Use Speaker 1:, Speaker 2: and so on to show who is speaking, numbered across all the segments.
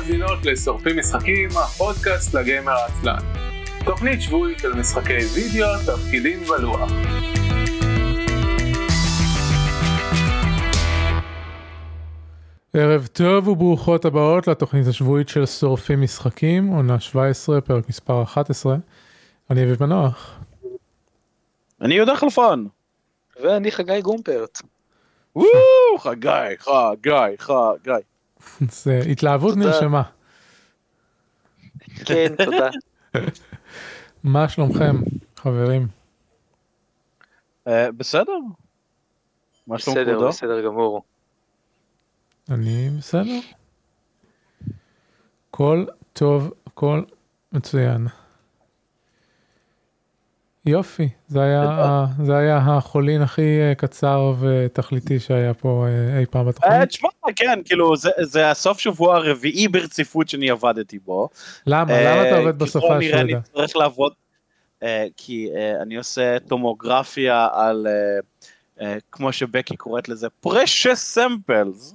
Speaker 1: ומאזינות לשורפים משחקים, הפודקאסט לגיימר העצלן. תוכנית שבועית של משחקי וידאו, תפקידים ולוח.
Speaker 2: ערב טוב וברוכות הבאות לתוכנית השבועית של שורפים משחקים, עונה 17, פרק מספר 11. אני אביב מנוח.
Speaker 3: אני יהודה חלפון.
Speaker 4: ואני חגי גומפרט.
Speaker 3: חגי.
Speaker 2: זה התלהבות נרשמה.
Speaker 4: כן, תודה.
Speaker 2: מה שלומכם, חברים?
Speaker 3: בסדר? מה שלום כבודו?
Speaker 4: בסדר גמור.
Speaker 2: אני בסדר. כל טוב, כל מצוין. יופי, זה היה החולין הכי קצר ותכליתי שהיה פה אי פעם בתוכנית.
Speaker 3: תשמע, כן, כאילו, זה הסוף שבוע הרביעי ברציפות שאני עבדתי בו.
Speaker 2: למה אתה עובד בסופה
Speaker 3: נראה אני צריך לעבוד, כי אני עושה טומוגרפיה על, כמו שבקי קוראת לזה, precious samples.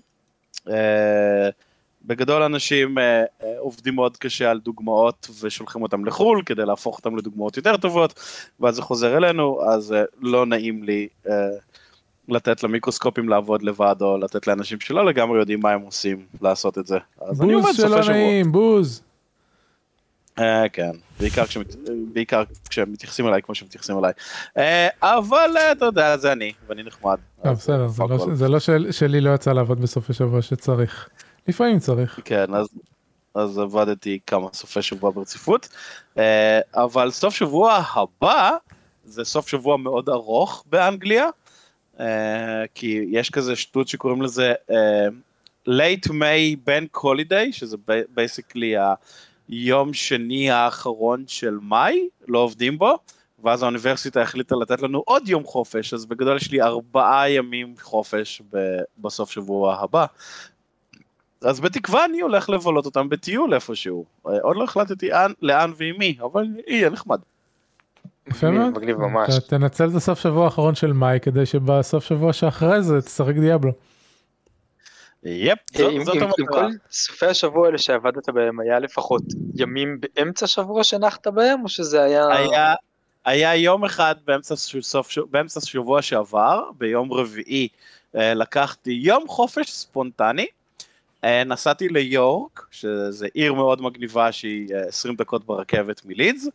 Speaker 3: בגדול אנשים עובדים מאוד קשה על דוגמאות ושולחים אותם לחול כדי להפוך אותם לדוגמאות יותר טובות, ואז זה חוזר אלינו, אז לא נעים לי לתת למיקרוסקופים לעבוד לבד, או לתת לאנשים שלא לגמרי יודעים מה הם עושים לעשות את זה. אז אני עומד סופי שבוע.
Speaker 2: נעים, בוז.
Speaker 3: כן, בעיקר כשמתייחסים אליי כמו שמתייחסים אליי. אבל אתה יודע, זה אני, ואני נחמד.
Speaker 2: בסדר, זה לא שלי לא יצא לעבוד בסופי שבוע שצריך. לפעמים צריך.
Speaker 3: כן, אז עבדתי כמה סופי שבוע ברציפות, אבל סוף שבוע הבא, זה סוף שבוע מאוד ארוך באנגליה, כי יש כזה שטות שקוראים לזה late May bank holiday, שזה basically היום שני האחרון של מאי, לא עובדים בו, ואז האוניברסיטה החליטה לתת לנו עוד יום חופש, אז בגדול יש לי 4 ימים חופש בסוף שבוע הבא, אז בתקווה אני הולך לבלות אותם בטיול איפשהו, עוד לא החלטתי לאן ועם מי, אבל יהיה נחמד.
Speaker 2: יפה מאוד,
Speaker 4: מגניב ממש.
Speaker 2: תנצל את הסוף שבוע האחרון של מאי, כדי שבסוף שבוע שאחרי זה תשחק דיאבלו.
Speaker 3: יפ, זאת
Speaker 4: המטרה. עם כל סופי השבוע האלה שעבדת בהם, היה לפחות ימים באמצע שבוע שנחת בהם, או שזה
Speaker 3: היה יום אחד באמצע שבוע שעבר, ביום רביעי לקחתי יום חופש ספונטני, נסעתי ליורק, שזה עיר מאוד מגניבה שהיא 20 דקות ברכבת מלידס,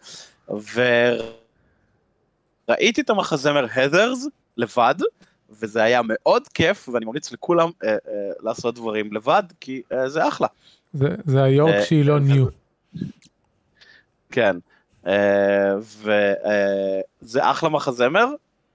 Speaker 3: וראיתי את המחזמר Heathers לבד, וזה היה מאוד כיף, ואני ממליץ לכולם לעשות דברים לבד, כי זה אחלה.
Speaker 2: זה היורק שהיא לא ניו.
Speaker 3: כן, וזה אחלה מחזמר,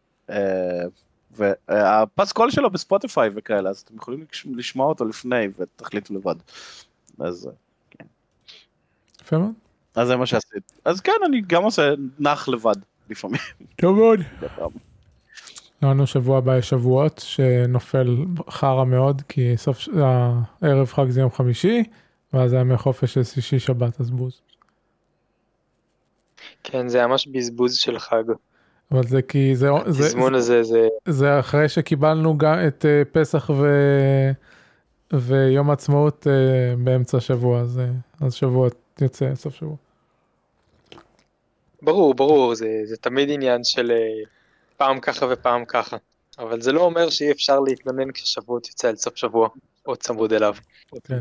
Speaker 3: והפסקול שלו בספוטיפיי וכאלה, אז אתם יכולים לשמוע אותו לפני ותחליטו לבד. אז כן.
Speaker 2: יפה מאוד.
Speaker 3: אז זה מה שעשית. אז כן, אני גם עושה נח לבד לפעמים.
Speaker 2: טוב מאוד. לנו שבוע הבא שבועות שנופל חרה מאוד, כי סוף הערב חג זה יום חמישי, ואז היה מחופש של שישי שבת, אז בוז.
Speaker 4: כן, זה ממש בזבוז של חג.
Speaker 2: אבל זה כי
Speaker 4: התזמון הזה
Speaker 2: זה אחרי שקיבלנו גם את פסח ויום העצמאות באמצע השבוע, אז שבוע יוצא סוף שבוע.
Speaker 4: ברור, זה תמיד עניין של פעם ככה ופעם ככה, אבל זה לא אומר שאי אפשר להתלונן כששבועות יוצא אל סוף שבוע, או צמוד אליו.
Speaker 2: כן.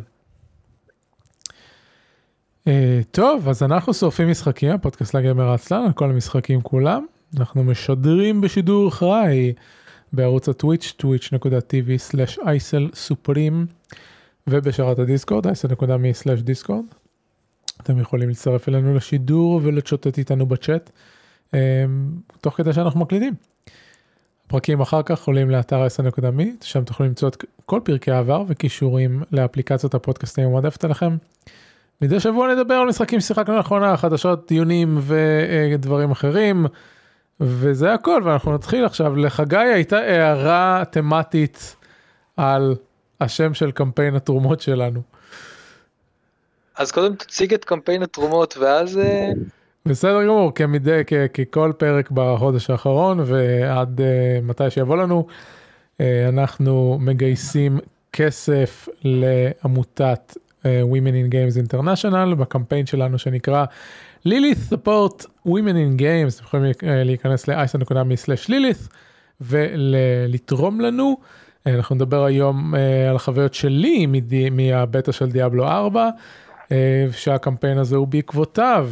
Speaker 2: טוב, אז אנחנו שורפים משחקים, הפודקאסט לגיימר העצלן, על כל המשחקים כולם. אנחנו משדרים בשידור חי בערוץ הטוויץ', twitch.tv/icelsupreme, ובשרת הדיסקורד, isel.me/discord. אתם יכולים להצטרף אלינו לשידור ולצ'וטט איתנו בצ'אט, תוך כדי שאנחנו מקלידים. הפרקים אחר כך עולים לאתר isel.me, שם תוכלו למצוא את כל פרקי העבר וקישורים לאפליקציות הפודקאסטים המועדפת עליכם. מדי שבוע נדבר על משחקים ששיחקנו לאחרונה, חדשות, דיונים ודברים אחרים, וזה הכל, ואנחנו נתחיל עכשיו. לחגי הייתה הערה תמטית על השם של קמפיין התרומות שלנו.
Speaker 4: אז קודם תציג את קמפיין התרומות, ואז
Speaker 2: בסדר גמור, ככל פרק בחודש האחרון, ועד מתי שיבוא לנו, אנחנו מגייסים כסף לעמותת Women in Games International, בקמפיין שלנו שנקרא Lilith Support Women in Games. אתם יכולים להיכנס ל-isa.me/lilith ולתרום לנו. אנחנו נדבר היום על החוויות שלי מהבטא של דיאבלו 4, שהקמפיין הזה הוא בעקבותיו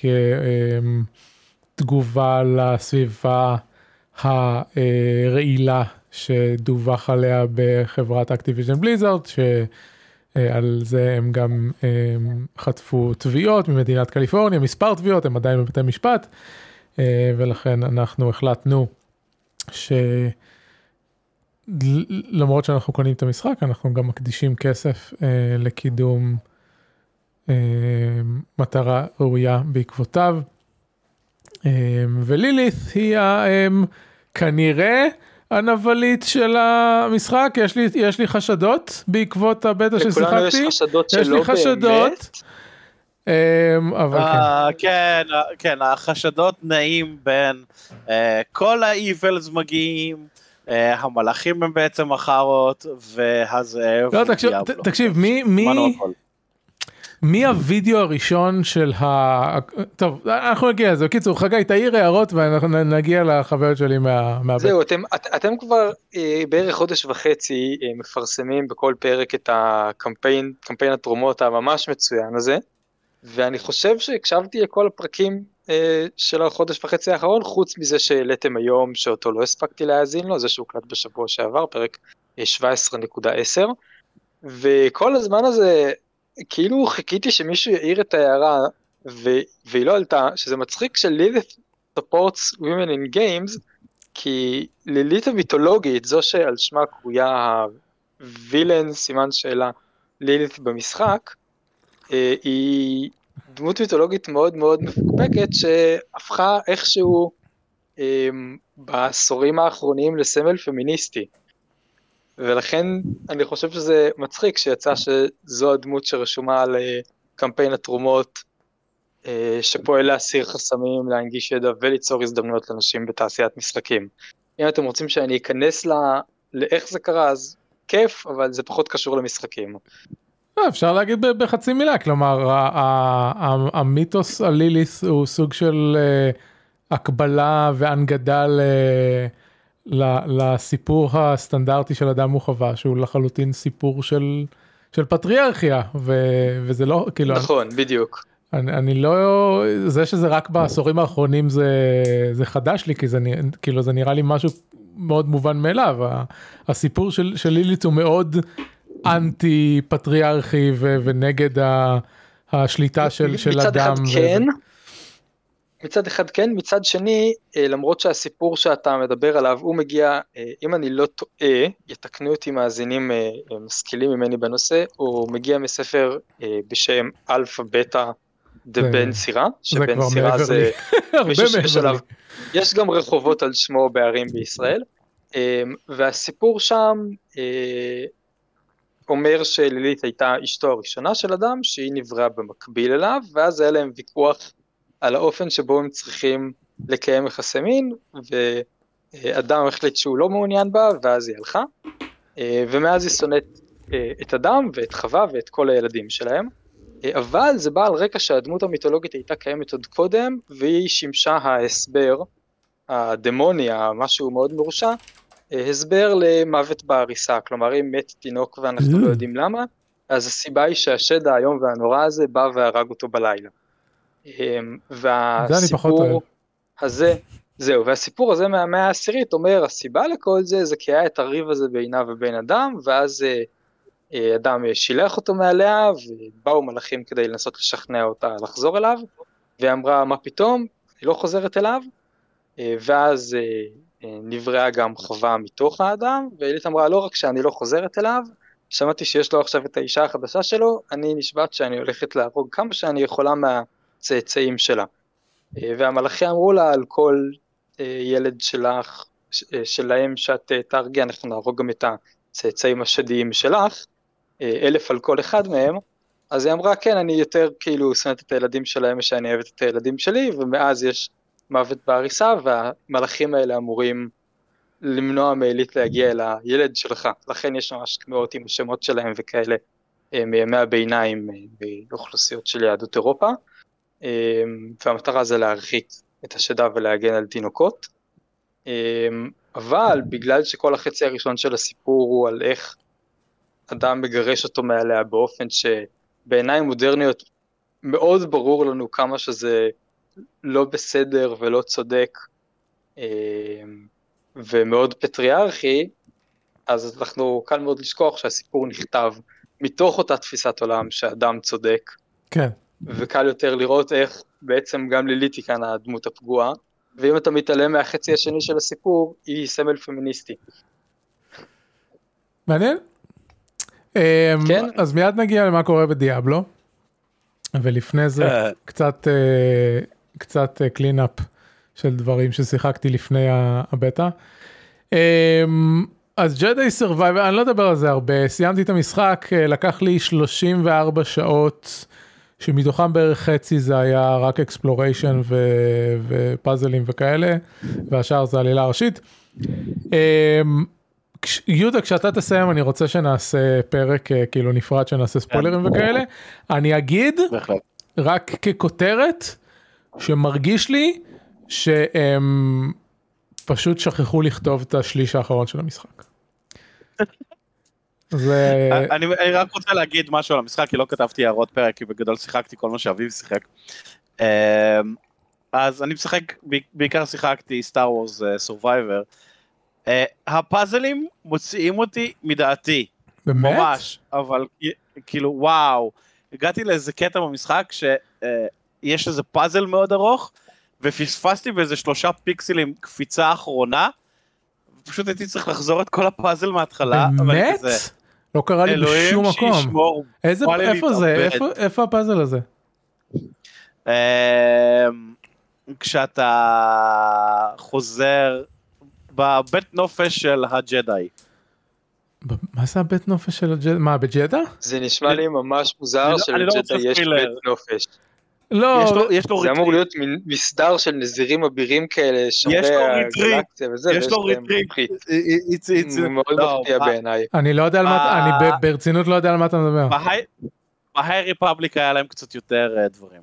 Speaker 2: כתגובה לסביבה הרעילה שדווח עליה בחברת אקטיביז'ן בליזארד, שעל זה הם גם חטפו תביעות ממדינת קליפורניה, מספר תביעות, הם עדיין בבתי משפט, ולכן אנחנו החלטנו למרות שאנחנו קונים את המשחק, אנחנו גם מקדישים כסף לקידום מטרה ראויה בעקבותיו. ולילית' היא כנראה הנבלית של המשחק. יש לי חשדות בעקבות הבטא ששיחקתי.
Speaker 4: לכולנו יש חשדות שלא באמת.
Speaker 2: יש לי חשדות. אבל
Speaker 3: כן, החשדות נעים בין כל האיבלס מגיעים, המלאכים הם בעצם אחרות, והזאב
Speaker 2: לא, תקשיב, מי הווידאו הראשון של טוב, אנחנו נגיע לזה. בקיצור, חגי, תעיר הערות ואנחנו נגיע לחוויות שלי מהבית.
Speaker 4: זהו, אתם כבר בערך חודש וחצי מפרסמים בכל פרק את הקמפיין התרומות הממש מצוין הזה, ואני חושב שהקשבתי לכל הפרקים של החודש וחצי האחרון, חוץ מזה שהעליתם היום שאותו לא הספקתי להאזין לו, זה שהוקלט בשבוע שעבר, פרק 17.10, וכל הזמן הזה, כאילו חיכיתי שמישהו יעיר את ההערה, והיא לא עלתה, שזה מצחיק של Lilith supports women in games, כי לילית המיתולוגית, זו שעל שמה קרויה הווילן, סימן שאלה, לילית במשחק, היא דמות מיתולוגית מאוד מאוד מפוקפקת, שהפכה איכשהו בעשורים האחרונים לסמל פמיניסטי. ולכן אני חושב שזה מצחיק שיצא שזו הדמות שרשומה על קמפיין התרומות, שפועל להסיר חסמים, להנגיש ידע וליצור הזדמנויות לנשים בתעשיית משחקים. אם אתם רוצים שאני אכנס לאיך זה קרה, אז כיף, אבל זה פחות קשור למשחקים.
Speaker 2: אפשר להגיד בחצי מילה, כלומר, המיתוס הלילית' הוא סוג של הקבלה והנגדה לסיפור הסטנדרטי של אדם וחווה, שהוא לחלוטין סיפור של פטריארכיה, וזה לא, כאילו...
Speaker 4: נכון, בדיוק.
Speaker 2: אני לא, זה שזה רק בעשורים האחרונים זה חדש לי, כי זה נראה לי משהו מאוד מובן מאליו. הסיפור של לילית הוא מאוד אנטי פטריארכי ונגד השליטה של אדם.
Speaker 4: מצד אחד כן, מצד שני, למרות שהסיפור שאתה מדבר עליו, הוא מגיע, אם אני לא טועה, יתקנו אותי מאזינים משכילים ממני בנושא, הוא מגיע מספר בשם אלפא בטא דה בן סירה, שבן סירה זה מישהו שבשלב, יש גם רחובות על שמו בערים בישראל, והסיפור שם אומר שלילית הייתה אשתו הראשונה של אדם, שהיא נבראה במקביל אליו, ואז היה להם ויכוח על האופן שבו הם צריכים לקיים יחסי מין, ואדם החליט שהוא לא מעוניין בה, ואז היא הלכה, ומאז היא שונאת את אדם ואת חווה ואת כל הילדים שלהם, אבל זה בא על רקע שהדמות המיתולוגית הייתה קיימת עוד קודם, והיא שימשה ההסבר, הדמוני, משהו מאוד מרושע, הסבר למוות בעריסה, כלומר אם מת תינוק ואנחנו לא יודעים למה, אז הסיבה היא שהשד האיום והנורא הזה בא והרג אותו בלילה. והסיפור הזה, זהו, והסיפור הזה מהמאה העשירית אומר, הסיבה לכל זה, זה כי היה את הריב הזה בינה ובין אדם, ואז אדם שילח אותו מעליה, ובאו מלאכים כדי לנסות לשכנע אותה לחזור אליו, והיא אמרה, מה פתאום, היא לא חוזרת אליו, ואז נבראה גם חווה מתוך האדם, ואילית אמרה, לא רק שאני לא חוזרת אליו, שמעתי שיש לו עכשיו את האישה החדשה שלו, אני נשבעת שאני הולכת להרוג כמה שאני יכולה מהצאצאים שלה. והמלאכים אמרו לה, על כל ילד שלך, שלהם שאת תרגי, אנחנו נהרוג גם את הצאצאים השדיים שלך, 1,000 על כל אחד מהם, אז היא אמרה, כן, אני יותר כאילו שונאת את הילדים שלהם, שאני אוהבת את הילדים שלי, ומאז יש מוות בעריסה, והמלאכים האלה אמורים למנוע מאלית להגיע אל הילד שלך, לכן יש ממש קמאות עם השמות שלהם וכאלה מימי הביניים באוכלוסיות של יהדות אירופה, והמטרה זה להרחיק את השדה ולהגן על תינוקות, אבל בגלל שכל החצי הראשון של הסיפור הוא על איך אדם מגרש אותו מעליה באופן שבעיניים מודרניות מאוד ברור לנו כמה שזה לא בסדר ולא צודק ומאוד פטריארכי, אז אנחנו קל מאוד לשכוח שהסיפור נכתב מתוך אותה תפיסת עולם שאדם צודק.
Speaker 2: כן.
Speaker 4: וקל יותר לראות איך בעצם גם לילי היא כאן הדמות הפגועה, ואם אתה מתעלם מהחצי השני של הסיפור, היא סמל פמיניסטי.
Speaker 2: מעניין?
Speaker 4: כן.
Speaker 2: אז מיד נגיע למה קורה בדיאבלו, ולפני זה קצת קלינאפ של דברים ששיחקתי לפני הבטא. אז ג'די סרווייבר, אני לא אדבר על זה הרבה, סיימתי את המשחק, לקח לי 34 שעות, שמתוכם בערך חצי זה היה רק אקספלוריישן ופאזלים וכאלה, והשאר זה עלילה ראשית. יהודה, כשאתה תסיים, אני רוצה שנעשה פרק כאילו נפרד, שנעשה ספוילרים וכאלה. אני אגיד, רק ככותרת, שמרגיש לי שהם פשוט שכחו לכתוב את השליש האחרון של המשחק.
Speaker 3: אני רק רוצה להגיד משהו על המשחק, כי לא כתבתי הערות פרק, כי בגדול שיחקתי כל מה שאביב שיחק. אז אני משחק, בעיקר שיחקתי סטאר וורס סורווייבר. הפאזלים מוציאים אותי מדעתי.
Speaker 2: באמת?
Speaker 3: ממש, אבל כאילו וואו. הגעתי לאיזה קטע במשחק שיש איזה פאזל מאוד ארוך, ופספסתי באיזה 3 פיקסלים קפיצה אחרונה, פשוט הייתי צריך לחזור את כל הפאזל מההתחלה.
Speaker 2: באמת? לא קרה לי בשום מקום. איפה זה? איפה הפאזל הזה?
Speaker 3: כשאתה חוזר בבית נופש של הג'די.
Speaker 2: מה זה הבית נופש של הג'די? מה, בג'דה?
Speaker 4: זה נשמע לי ממש מוזר שלג'דה יש בית נופש.
Speaker 2: לא,
Speaker 4: זה אמור להיות מסדר של נזירים אבירים כאלה,
Speaker 3: יש לו ריטריט, יש לו ריטריט,
Speaker 4: מאוד מפתיע בעיניי.
Speaker 2: אני לא יודע על מה, אני ברצינות לא יודע על מה אתה מדבר.
Speaker 3: בהיי ריפבליק היה להם קצת יותר דברים.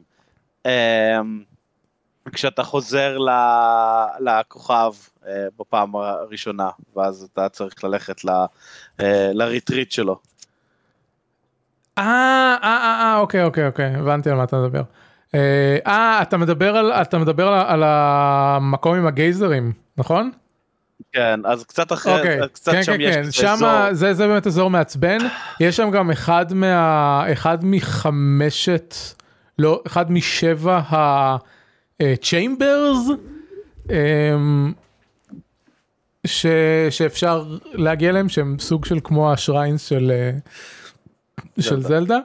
Speaker 3: כשאתה חוזר לכוכב בפעם הראשונה, ואז אתה צריך ללכת לריטריט שלו.
Speaker 2: אוקיי, הבנתי על מה אתה מדבר. אתה מדבר על המקום עם הגייזרים, נכון?
Speaker 3: כן, אז קצת אחרי, קצת שם יש
Speaker 2: שם זה באמת אזור מעצבן, יש שם גם אחד מ7 ה-chambers, שאפשר להגיע אליהם, שהם סוג של כמו השריינס של זלדה.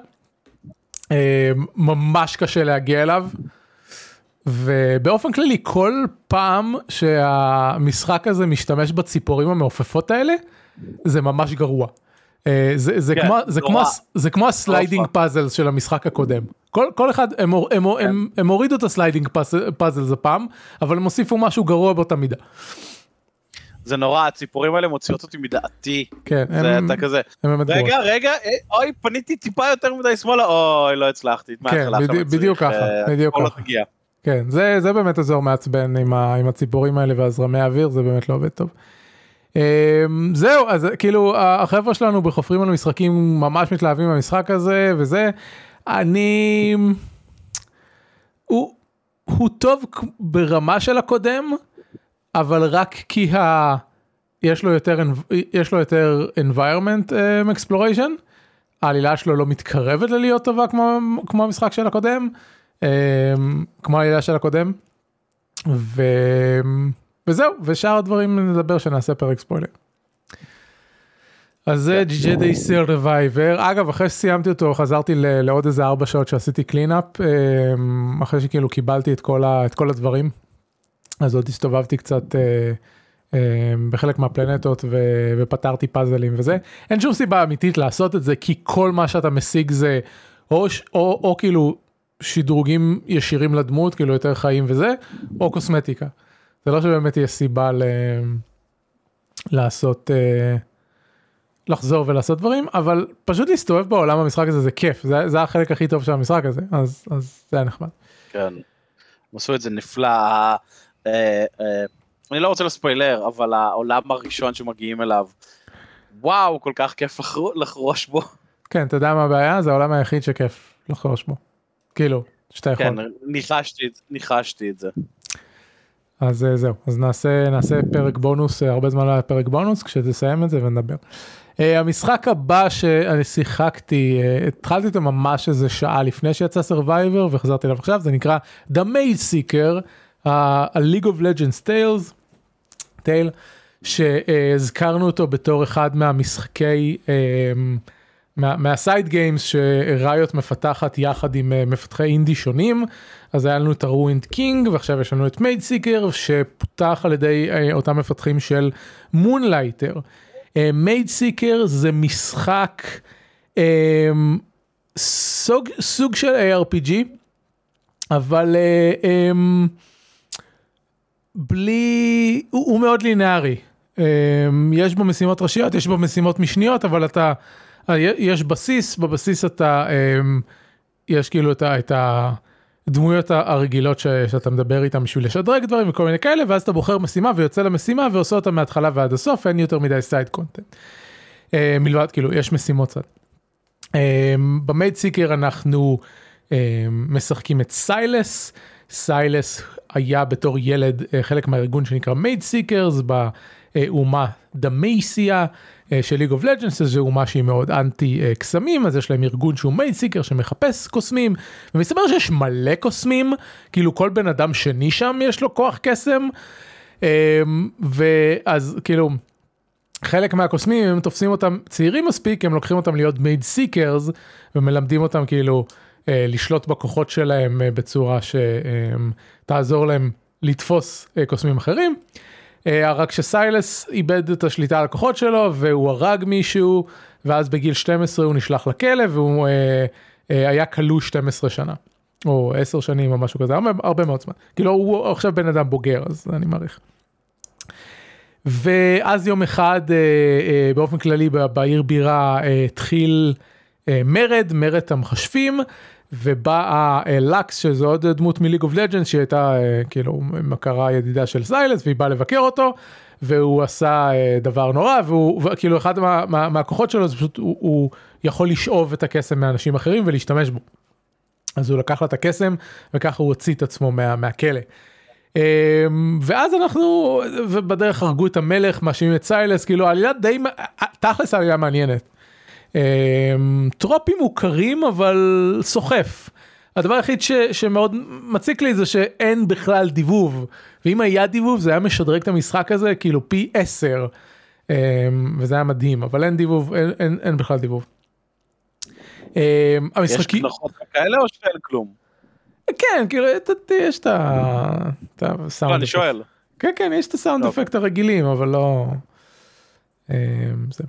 Speaker 2: ממש קשה להגיע אליו, ובאופן כללי כל פעם שהמשחק הזה משתמש בציפורים המעופפות האלה, זה ממש גרוע. זה כמו הסליידינג פאזל של המשחק הקודם. כל אחד, הם הורידו את הסליידינג פאזל הפעם, אבל הם הוסיפו משהו גרוע באותה מידה.
Speaker 3: זה נורא, הציפורים האלה מוציאות אותי מדעתי.
Speaker 2: כן,
Speaker 3: אתה כזה. רגע, אוי, פניתי טיפה יותר מדי שמאלה, אוי, לא הצלחתי.
Speaker 2: כן, בדיוק ככה. כן, זה באמת אזור מעצבן עם הציפורים האלה והזרמי האוויר, זה באמת לא עובד טוב. זהו, אז כאילו, החבר'ה שלנו בחופרים על משחקים ממש מתלהבים מהמשחק הזה, וזה, הוא טוב ברמה של הקודם, אבל רק כי יש לו יותר environment exploration, העלילה שלו לא מתקרבת ללהיות טובה כמו המשחק של הקודם, כמו העלילה של הקודם, וזהו, ושאר הדברים נדבר שנעשה פרק ספוילר. אז זה ג'די סרווייבר, אגב אחרי שסיימתי אותו חזרתי לעוד איזה 4 שעות שעשיתי קלינאפ, אחרי שכאילו קיבלתי את כל הדברים, אז עוד הסתובבתי קצת בחלק מהפלנטות ופתרתי פאזלים וזה. אין שום סיבה אמיתית לעשות את זה, כי כל מה שאתה משיג זה או כאילו שדרוגים ישירים לדמות, כאילו יותר חיים וזה, או קוסמטיקה. זה לא שבאמת יש סיבה לעשות לחזור ולעשות דברים, אבל פשוט להסתובב בעולם המשחק הזה זה כיף, זה החלק הכי טוב של המשחק הזה, אז זה היה נחמד.
Speaker 3: כן, הם עשו את זה נפלא, אני לא רוצה לספיילר, אבל העולם הראשון שמגיעים אליו, וואו, כל כך כיף לחרוש בו.
Speaker 2: כן, אתה יודע מה הבעיה? זה העולם היחיד שכיף לחרוש בו. כאילו, שאתה יכול.
Speaker 3: כן, ניחשתי את זה.
Speaker 2: אז זהו, אז נעשה פרק בונוס, הרבה זמן לא היה פרק בונוס, כשתסיים את זה ונדבר. המשחק הבא שאני שיחקתי, התחלתי אותו ממש איזה שעה לפני שיצא Survivor, וחזרתי אליו עכשיו, זה נקרא The Maze Seeker, ה-League of Legends Tale, שהזכרנו אותו בתור אחד מהמשחקי, מהסייד גיימס שראיות מפתחת יחד עם מפתחי אינדי שונים, אז היה לנו את ה-Ruined King, ועכשיו יש לנו את Maze Seeker, שפותח על ידי אותם מפתחים של Moonlighter. Maze Seeker זה משחק סוג של ARPG, אבל הוא מאוד לינארי. יש בו משימות ראשיות, יש בו משימות משניות, אבל יש בסיס, בבסיס יש כאילו את הדמויות הרגילות שאתה מדבר איתם בשביל לשדרג דברים וכל מיני כאלה, ואז אתה בוחר משימה ויוצא למשימה ועושה אותה מההתחלה ועד הסוף, אין יותר מדי סייד קונטנט. מלבד, כאילו, יש משימות צד. במייד סיקר אנחנו משחקים את סיילס. סיילס היה בתור ילד חלק מהארגון שנקרא מייד סיקרס, באומה דמייסיה של ליג אוף לג'נדס, זו אומה שהיא מאוד אנטי קסמים, אז יש להם ארגון שהוא מייד סיקר שמחפש קוסמים, ומסתבר שיש מלא קוסמים, כאילו כל בן אדם שני שם יש לו כוח קסם, ואז כאילו חלק מהקוסמים, אם הם תופסים אותם צעירים מספיק, הם לוקחים אותם להיות מייד סיקרס, ומלמדים אותם כאילו לשלוט בכוחות שלהם בצורה שתעזור להם לתפוס קוסמים אחרים. רק שסיילס איבד את השליטה על הכוחות שלו, והוא הרג מישהו, ואז בגיל 12 הוא נשלח לכלא, והוא היה כלוא 12 שנה, או 10 שנים או משהו כזה, הרבה מאוד זמן. כאילו הוא עכשיו בן אדם בוגר, אז אני מעריך. ואז יום אחד, באופן כללי בעיר בירה, התחיל מרד המחשבים, ובאה לקס, שזו עוד דמות מליג אוף לג'נדס, שהייתה כאילו מכרה ידידה של סיילס, והיא באה לבקר אותו, והוא עשה דבר נורא, וכאילו אחד מהכוחות שלו, זה פשוט הוא יכול לשאוב את הקסם מאנשים אחרים ולהשתמש בו. אז הוא לקח לה את הקסם, וככה הוא הוציא את עצמו מהכלא. ואז אנחנו, ובדרך הרגו את המלך, מאשימים את סיילס, כאילו העלילה די, תכלס העלילה מעניינת. טרופים מוכרים אבל סוחף. הדבר היחיד שמאוד מציק לי זה שאין בכלל דיבוב, ואם היה דיבוב זה היה משדרג את המשחק הזה כאילו פי 10, וזה היה מדהים, אבל אין דיבוב, אין בכלל דיבוב.
Speaker 3: יש קנחות כאלה או שאין כלום?
Speaker 2: כן, כאילו יש את הסאונד.
Speaker 3: אני שואל.
Speaker 2: כן, יש את הסאונד אפקט הרגילים, אבל לא זה.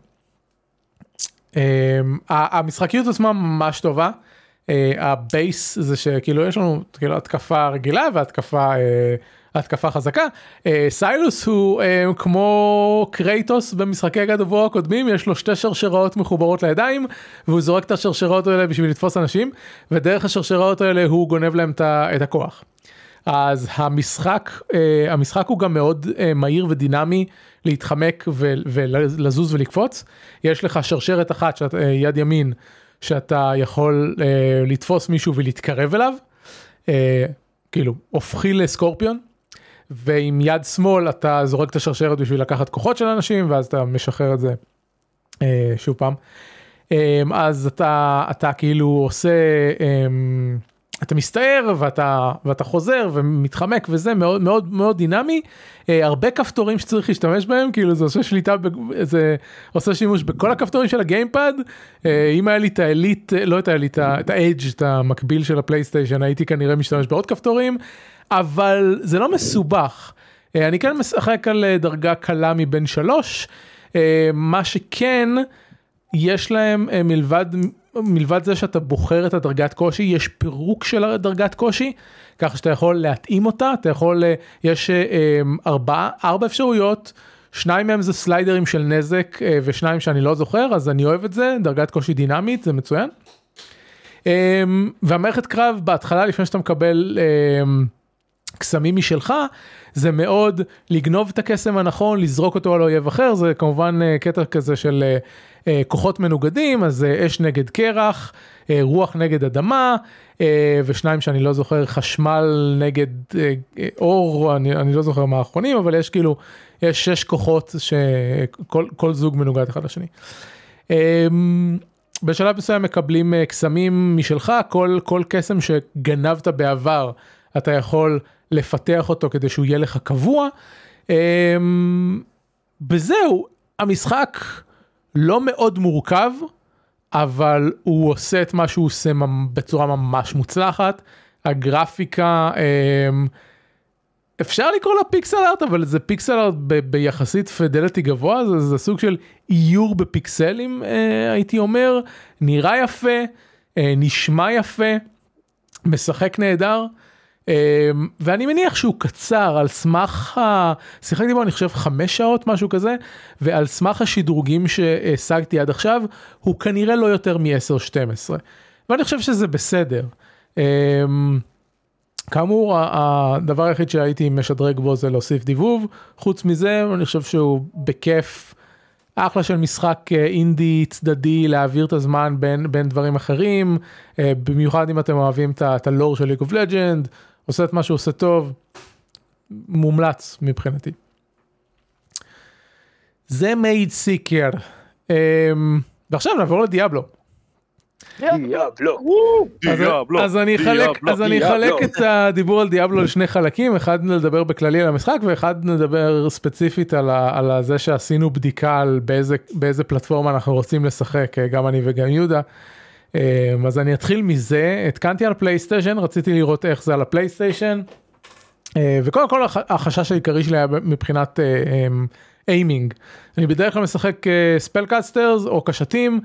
Speaker 2: המשחקיות עצמה ממש טובה, הבייס זה שכאילו יש לנו כאילו התקפה רגילה והתקפה חזקה. סיילוס הוא כמו קרייטוס במשחקי God of War הקודמים, יש לו 2 שרשראות מחוברות לידיים, והוא זורק את השרשרות האלה בשביל לתפוס אנשים, ודרך השרשרות האלה הוא גונב להם את הכוח. אז המשחק הוא גם מאוד מהיר ודינמי להתחמק ולזוז ולקפוץ. יש לך שרשרת אחת, יד ימין, שאתה יכול לתפוס מישהו ולהתקרב אליו, כאילו הופכי לסקורפיון, ועם יד שמאל אתה זורק את השרשרת בשביל לקחת כוחות של אנשים, ואז אתה משחרר את זה שוב פעם. אז אתה כאילו עושה, אתה מסתער ואתה חוזר ומתחמק, וזה מאוד מאוד מאוד דינמי. הרבה כפתורים שצריך להשתמש בהם, כאילו זה עושה שליטה, זה עושה שימוש בכל הכפתורים של הגיימפד. אם היה לי את האליט, לא את האליט, את האדג', את המקביל של הפלייסטיישן, הייתי כנראה משתמש בעוד כפתורים, אבל זה לא מסובך. אני כן משחק על דרגה קלה מבין 3, מה שכן יש להם מלבד זה שאתה בוחר את הדרגת קושי, יש פירוק של הדרגת קושי, כך שאתה יכול להתאים אותה, אתה יכול, יש 4 אפשרויות 2 מהם זה סליידרים של נזק, ו2 שאני לא זוכר, אז אני אוהב את זה, דרגת קושי דינמית, זה מצוין. והמערכת קרב בהתחלה, לפני שאתה מקבל קסמים משלך, זה מאוד לגנוב את הקסם הנכון, לזרוק אותו על אויב אחר, זה כמובן קטע כזה של כוחות מנוגדים, אז אש נגד קרח, רוח נגד אדמה, ושניים שאני לא זוכר, חשמל נגד אור, אני לא זוכר מה האחרונים, אבל יש כאילו, יש 6 כוחות שכל זוג מנוגד אחד לשני. בשלב מסוים מקבלים קסמים משלך, כל קסם שגנבת בעבר, אתה יכול לפתח אותו כדי שהוא יהיה לך קבוע. בזהו, המשחק לא מאוד מורכב, אבל הוא עושה את מה שהוא עושה בצורה ממש מוצלחת. הגרפיקה, אפשר לקרוא לה פיקסל ארט, אבל זה פיקסל ארט ביחסית פידליטי גבוה, זה סוג של איור בפיקסלים, הייתי אומר, נראה יפה, נשמע יפה, משחק נהדר, ואני מניח שהוא קצר על סמך, שיחקתי בו אני חושב 5 שעות, משהו כזה, ועל סמך השדרוגים שהשגתי עד עכשיו, הוא כנראה לא יותר מ-10-12, ואני חושב שזה בסדר. כאמור, הדבר היחיד שהייתי משדרג בו זה להוסיף דיבוב, חוץ מזה אני חושב שהוא בכיף, אחלה של משחק אינדי צדדי להעביר את הזמן בין דברים אחרים, במיוחד אם אתם אוהבים את הלור של ליג אוף לג'נד, עושה את מה שהוא עושה טוב, מומלץ מבחינתי. זה מייד סיקר. ועכשיו נעבור לדיאבלו. אז אני אחלק את הדיבור על דיאבלו לשני חלקים, אחד נדבר בכללי על המשחק, ואחד נדבר ספציפית על זה שעשינו בדיקה על באיזה פלטפורמה אנחנו רוצים לשחק, גם אני וגם יהודה. אז אני אתחיל מזה, התקנתי על פלייסטיישן, רציתי לראות איך זה על הפלייסטיישן, וקודם כל החשש העיקרי שלי היה מבחינת איימינג. אני בדרך כלל משחק ספלקאסטרס או קשתים,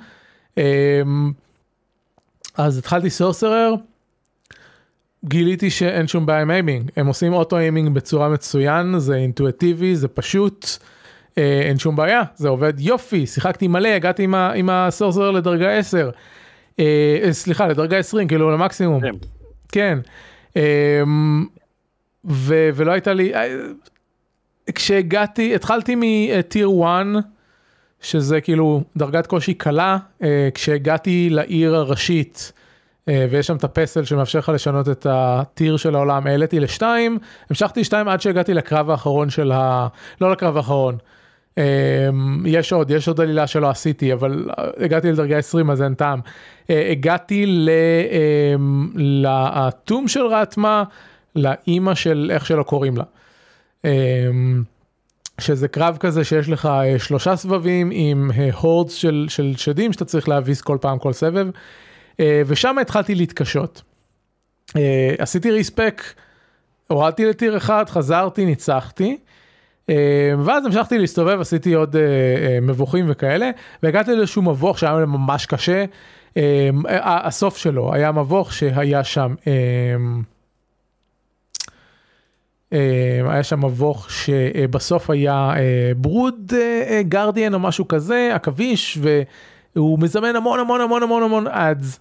Speaker 2: אז התחלתי סורסרר, גיליתי שאין שום בעיה עם איימינג, הם עושים אוטו איימינג בצורה מצוין, זה אינטואיטיבי, זה פשוט, אין שום בעיה, זה עובד יופי, שיחקתי מלא, הגעתי עם הסורסרר לדרגה 10, סליחה, לדרגה 20, כאילו למקסימום, כן, ולא הייתה לי, כשהגעתי, התחלתי מטיר 1, שזה כאילו דרגת קושי קלה, כשהגעתי לעיר הראשית, ויש שם את הפסל שמאפשר לך לשנות את הטיר של העולם, העליתי ל2, המשכתי 2 עד שהגעתי לקרב האחרון של לא לקרב האחרון, יש עוד עלילה שלא עשיתי, אבל הגעתי לדרגה 20 אז אין טעם, הגעתי לאטום של רעתמה, לאמא של איך שלא קוראים לה, שזה קרב כזה שיש לך 3 סבבים עם הורדס של שדים שאתה צריך להביס כל פעם כל סבב, ושם התחלתי להתקשות. עשיתי ריספק, הורדתי לטיר 1, חזרתי, ניצחתי, ואז המשכתי להסתובב, עשיתי עוד מבוכים וכאלה, והגעתי לאיזשהו מבוך שהיה ממש קשה, הסוף שלו היה מבוך שהיה שם, היה שם מבוך שבסוף היה ברוד גרדיאן או משהו כזה, עכביש, והוא מזמן המון אדס,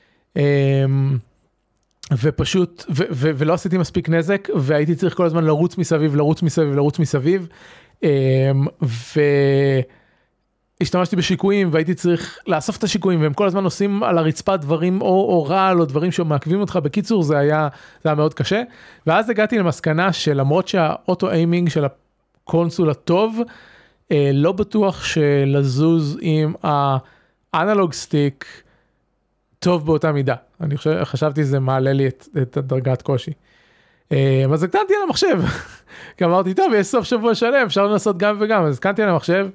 Speaker 2: ופשוט, ולא עשיתי מספיק נזק, והייתי צריך כל הזמן לרוץ מסביב, והשתמשתי בשיקויים, והייתי צריך לאסוף את השיקויים, והם כל הזמן עושים על הרצפה דברים, או רעל, או דברים שמעכבים אותך. בקיצור, זה היה מאוד קשה, ואז הגעתי למסקנה שלמרות שהאוטו איימינג של הקונסול הטוב, לא בטוח שלזוז עם האנלוג סטיק טוב באותה מידה. אני חשבתי זה מעלה לי את הדרגת קושי. אז הקטנתי על המחשב, כי אמרתי, טוב, יש סוף שבוע שלם, אפשר לנסות גם וגם, אז הקטנתי על המחשב,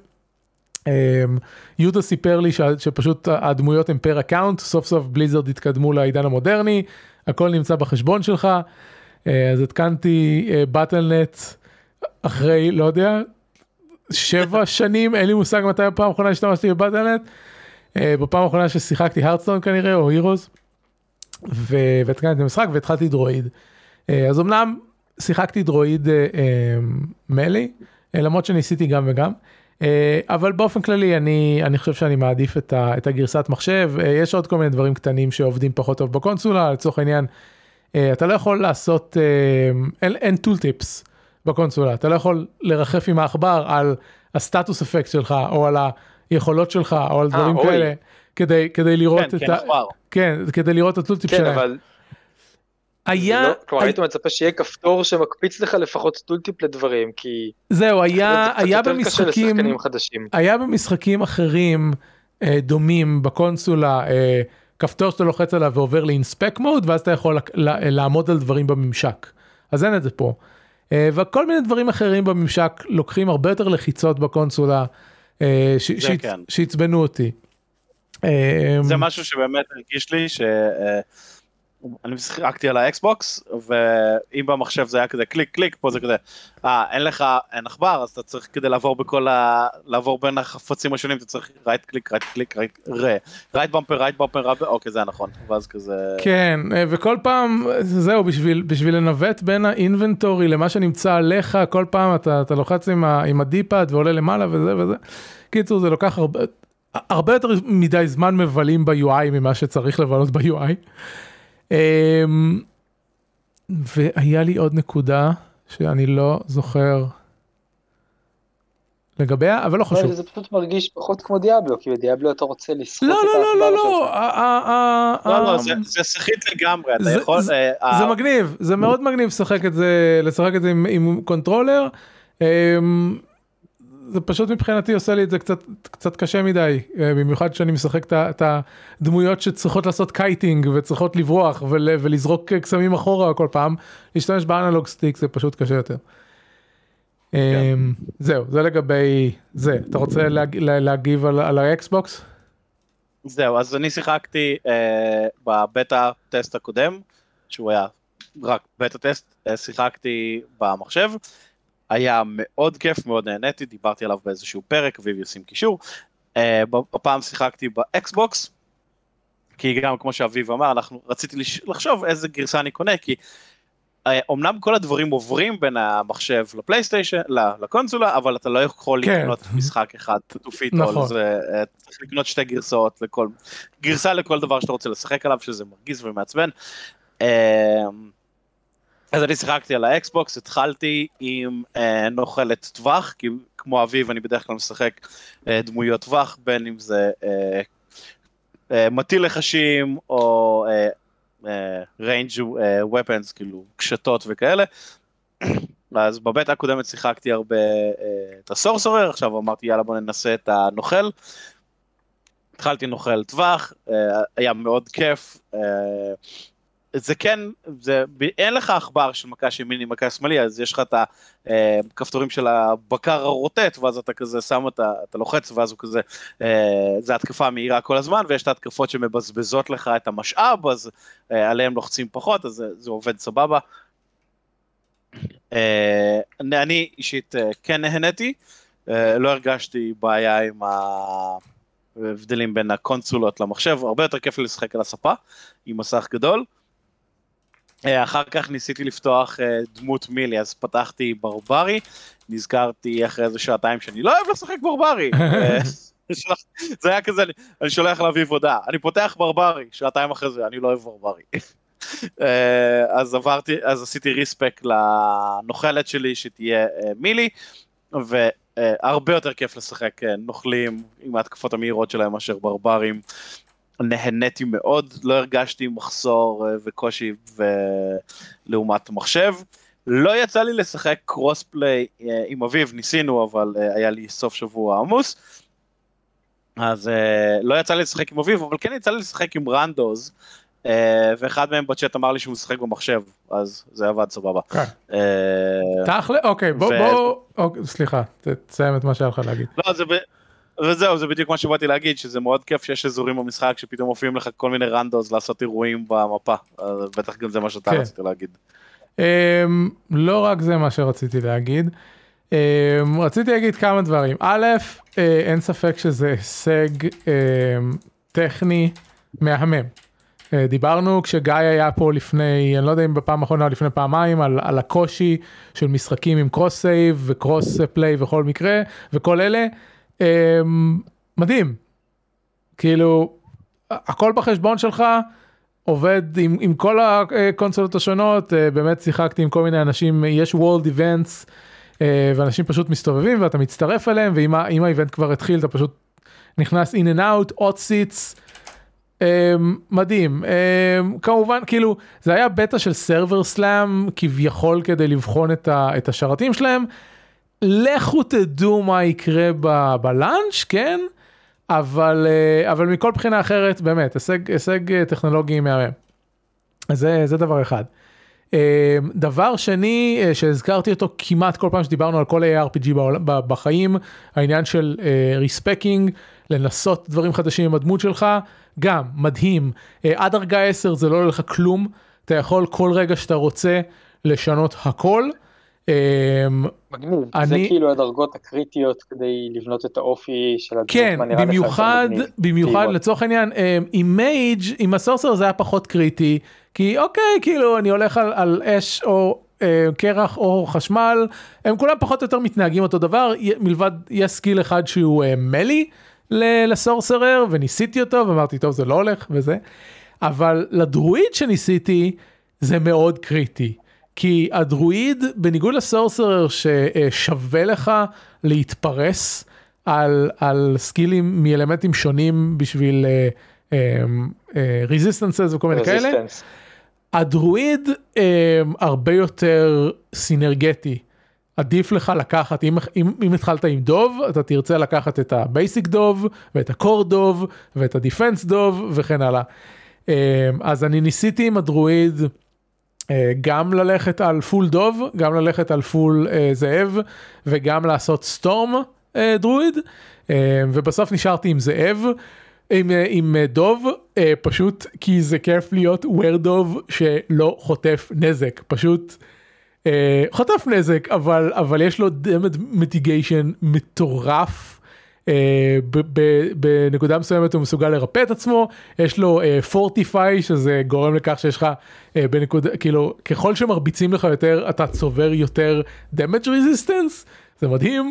Speaker 2: יהודה סיפר לי שפשוט הדמויות הם פר אקאונט, סוף סוף בליזרד התקדמו לעידן המודרני, הכל נמצא בחשבון שלך, אז התקנתי בטלנט אחרי, לא יודע, 7 שנים, אין לי מושג מתי הפעם האחרונה השתמשתי בבטלנט, בפעם האחרונה ששיחקתי הרדסטון כנראה, או הירוס, והתקנתי במשחק והתחלתי דרואיד. אז אמנם שיחקתי דרואיד מלי, למרות שניסיתי גם וגם. אבל באופן כללי אני חושב שאני מעדיף את הגרסת מחשב. יש עוד כל מיני דברים קטנים שעובדים פחות טוב בקונסולה, לצורך העניין, אתה לא יכול לעשות, אין טול טיפס בקונסולה, אתה לא יכול לרחף עם העכבר על הסטטוס אפקט שלך, או על היכולות שלך, או על דברים כאלה, כדי לראות את כדי לראות את הטול טיפ שלהם.
Speaker 4: אבל כלומר, היית מצפה שיהיה כפתור שמקפיץ לך לפחות טולטיפ לדברים, כי
Speaker 2: זהו, היה במשחקים אחרים דומים בקונסולה, כפתור שאתה לוחץ עליו ועובר ל-inspect mode, ואז אתה יכול לעמוד על דברים בממשק. אז אין את זה פה. וכל מיני דברים אחרים בממשק לוקחים הרבה יותר לחיצות בקונסולה, שהצבנו אותי.
Speaker 3: זה משהו שבאמת הרגיש לי אני שיחקתי על האקסבוקס, ואם במחשב זה היה כזה קליק קליק, פה זה כזה, אין עכבר, אז אתה צריך כדי לעבור בין החפצים השונים, אתה צריך רייט קליק, רייט במפר, אוקיי, זה היה נכון, ואז כזה...
Speaker 2: כן, וכל פעם, זהו, בשביל לנווט בין האינבנטורי למה שנמצא עליך, כל פעם אתה לוחץ עם הדיפד ועולה למעלה וזה. קיצור, זה לוקח הרבה יותר מדי זמן מבלים ב-UI ממה שצריך לבלות ב-UI. והיה לי עוד נקודה שאני לא זוכר לגביה, אבל לא חשוב.
Speaker 4: זה פשוט מרגיש פחות כמו דיאבלו, כי בדיאבלו אתה רוצה לסחוט את העכבר שלך.
Speaker 3: לא, זה שחית לגמרי, אתה יכול...
Speaker 2: זה מגניב, זה מאוד מגניב לשחק את זה עם קונטרולר. זה פשוט מבחינתי עושה לי את זה קצת קשה מדי, במיוחד שאני משחק את הדמויות שצריכות לעשות קייטינג וצריכות לברוח ולזרוק קסמים אחורה כל פעם, להשתמש באנלוג סטיק זה פשוט קשה יותר. זהו, זה לגבי זה. אתה רוצה להגיב על האקסבוקס?
Speaker 3: זהו, אז אני שיחקתי בבטה טסט הקודם, שהוא היה רק בטה טסט, שיחקתי במחשב, היה מאוד כיף, מאוד נהניתי, דיברתי עליו באיזשהו פרק, ויב ישים קישור. הפעם שיחקתי באקסבוקס, כי גם כמו שאביב אמר, רציתי לחשוב איזה גרסה אני קונה, כי אמנם כל הדברים עוברים בין המחשב לפלייסטיישן, לקונסולה, אבל אתה לא יכול לקנות משחק אחד,
Speaker 2: נכון.
Speaker 3: צריך לקנות שתי גרסאות, גרסה לכל דבר שאתה רוצה לשחק עליו, שזה מרגיז ומעצבן. אז אני שיחקתי על האקסבוקס, התחלתי עם נוחלת טווח, כי כמו אביב אני בדרך כלל משחק דמויות טווח, בין אם זה מטיל לחשים או range weapons, כאילו קשתות וכאלה. אז בבטה הקודמת שיחקתי הרבה את הסורסורר, עכשיו אמרתי יאללה בוא ננסה את הנוכל. התחלתי נוכל טווח, היה מאוד כיף. זה כן, אין לך עכבר של מקש ימיני, מקש שמאלי, אז יש לך את הכפתורים של הבקר הרוטט, ואז אתה כזה שם אתה לוחץ, ואז הוא כזה, זה התקפה מהירה כל הזמן, ויש את ההתקפות שמבזבזות לך את המשאב, אז עליהם לוחצים פחות, אז זה עובד סבבה. אני אישית כן נהניתי, לא הרגשתי בעיה עם ההבדלים בין הקונסולות למחשב, הרבה יותר כיף לשחק על הספה, עם מסך גדול. אחר כך ניסיתי לפתוח דמות מילי, אז פתחתי ברברי, נזכרתי אחרי איזה שעתיים שאני לא אוהב לשחק ברברי. זה היה כזה, אני שולח לאביב הודעה, אני פותח ברברי, שעתיים אחרי זה, אני לא אוהב ברברי. אז עשיתי ריספק לנוחלת שלי שתהיה מילי, והרבה יותר כיף לשחק נוחלים עם ההתקפות המהירות שלהם מאשר ברברים. נהניתי מאוד, לא הרגשתי מחסור וקושי לעומת מחשב. לא יצא לי לשחק קרוספליי עם אביב, ניסינו, אבל היה לי סוף שבוע עמוס. אז לא יצא לי לשחק עם אביב, אבל כן יצא לי לשחק עם רנדוז, ואחד מהם בצ'אט אמר לי שהוא משחק במחשב, אז זה עבד סבבה.
Speaker 2: תכל'ס, אוקיי, בוא, סליחה, תסיים את מה שהיה לך להגיד.
Speaker 3: לא, וזהו, זה בדיוק מה שבאתי להגיד, שזה מאוד כיף שיש אזורים במשחק שפתאום מופיעים לך כל מיני רנדוז לעשות אירועים במפה, בטח גם זה מה שאתה רצית להגיד.
Speaker 2: לא רק זה מה שרציתי להגיד, רציתי להגיד כמה דברים. א', אין ספק שזה הישג טכני מהמם. דיברנו כשגיא היה פה לפני, אני לא יודע אם בפעם האחרונה או לפני פעמיים, על הקושי של משחקים עם קרוס סייב וקרוס פליי וכל מקרה, וכל אלה, מדהים. כאילו, הכל בחשבון שלך, עובד עם כל הקונסולות השונות, באמת שיחקתי עם כל מיני אנשים, יש World Events, ואנשים פשוט מסתובבים ואתה מצטרף אליהם, ואם האיבנט כבר התחיל, אתה פשוט נכנס in and out, hot seats, מדהים. כמובן, כאילו, זה היה בטא של סרבר סלאם, כביכול כדי לבחון את השרתים שלהם, לכו תדעו מה יקרה בלאנץ', כן? אבל מכל בחינה אחרת, באמת, הישג טכנולוגי מהמם. אז זה דבר אחד. דבר שני, שהזכרתי אותו כמעט כל פעם שדיברנו על כל ARPG בחיים, העניין של ריספקינג, לנסות דברים חדשים עם הדמות שלך, גם מדהים. עד דרגה 10 זה לא עולה לך כלום, אתה יכול כל רגע שאתה רוצה לשנות הכל.
Speaker 4: מגניב, זה כאילו הדרגות הקריטיות כדי לבנות את האופי של הדמות.
Speaker 2: כן, במיוחד לצורך העניין, עם מייג' עם הסורסר זה היה פחות קריטי, כי אוקיי, כאילו אני הולך על אש או קרח או חשמל, הם כולם פחות או יותר מתנהגים אותו דבר, מלבד יש סקיל אחד שהוא מלי לסורסרר, וניסיתי אותו ואמרתי טוב זה לא הולך וזה, אבל לדרואיד שניסיתי זה מאוד קריטי. כי הדרואיד, בניגוד לסורסרר ששווה לך להתפרס על סקילים מאלמנטים שונים בשביל רזיסטנסס וכל מיני כאלה, הדרואיד הרבה יותר סינרגטי. עדיף לך לקחת, אם התחלת עם דוב, אתה תרצה לקחת את הבייסיק דוב, ואת הקור דוב, ואת הדיפנס דוב, וכן הלאה. אז אני ניסיתי עם הדרואיד, גם ללכת על פול דוב, גם ללכת על פול זאב, וגם לעשות סטורם דרואיד, ובסוף נשארתי עם זאב, עם דוב, פשוט כי זה כיף להיות דוב שלא חוטף נזק, פשוט חוטף נזק, אבל יש לו מיטיגיישן מטורף, בנקודה מסוימת הוא מסוגל לרפא את עצמו, יש לו פורטיפיי שזה גורם לכך שיש לך בנקודה, כאילו ככל שמרביצים לך יותר אתה צובר יותר damage resistance, זה מדהים.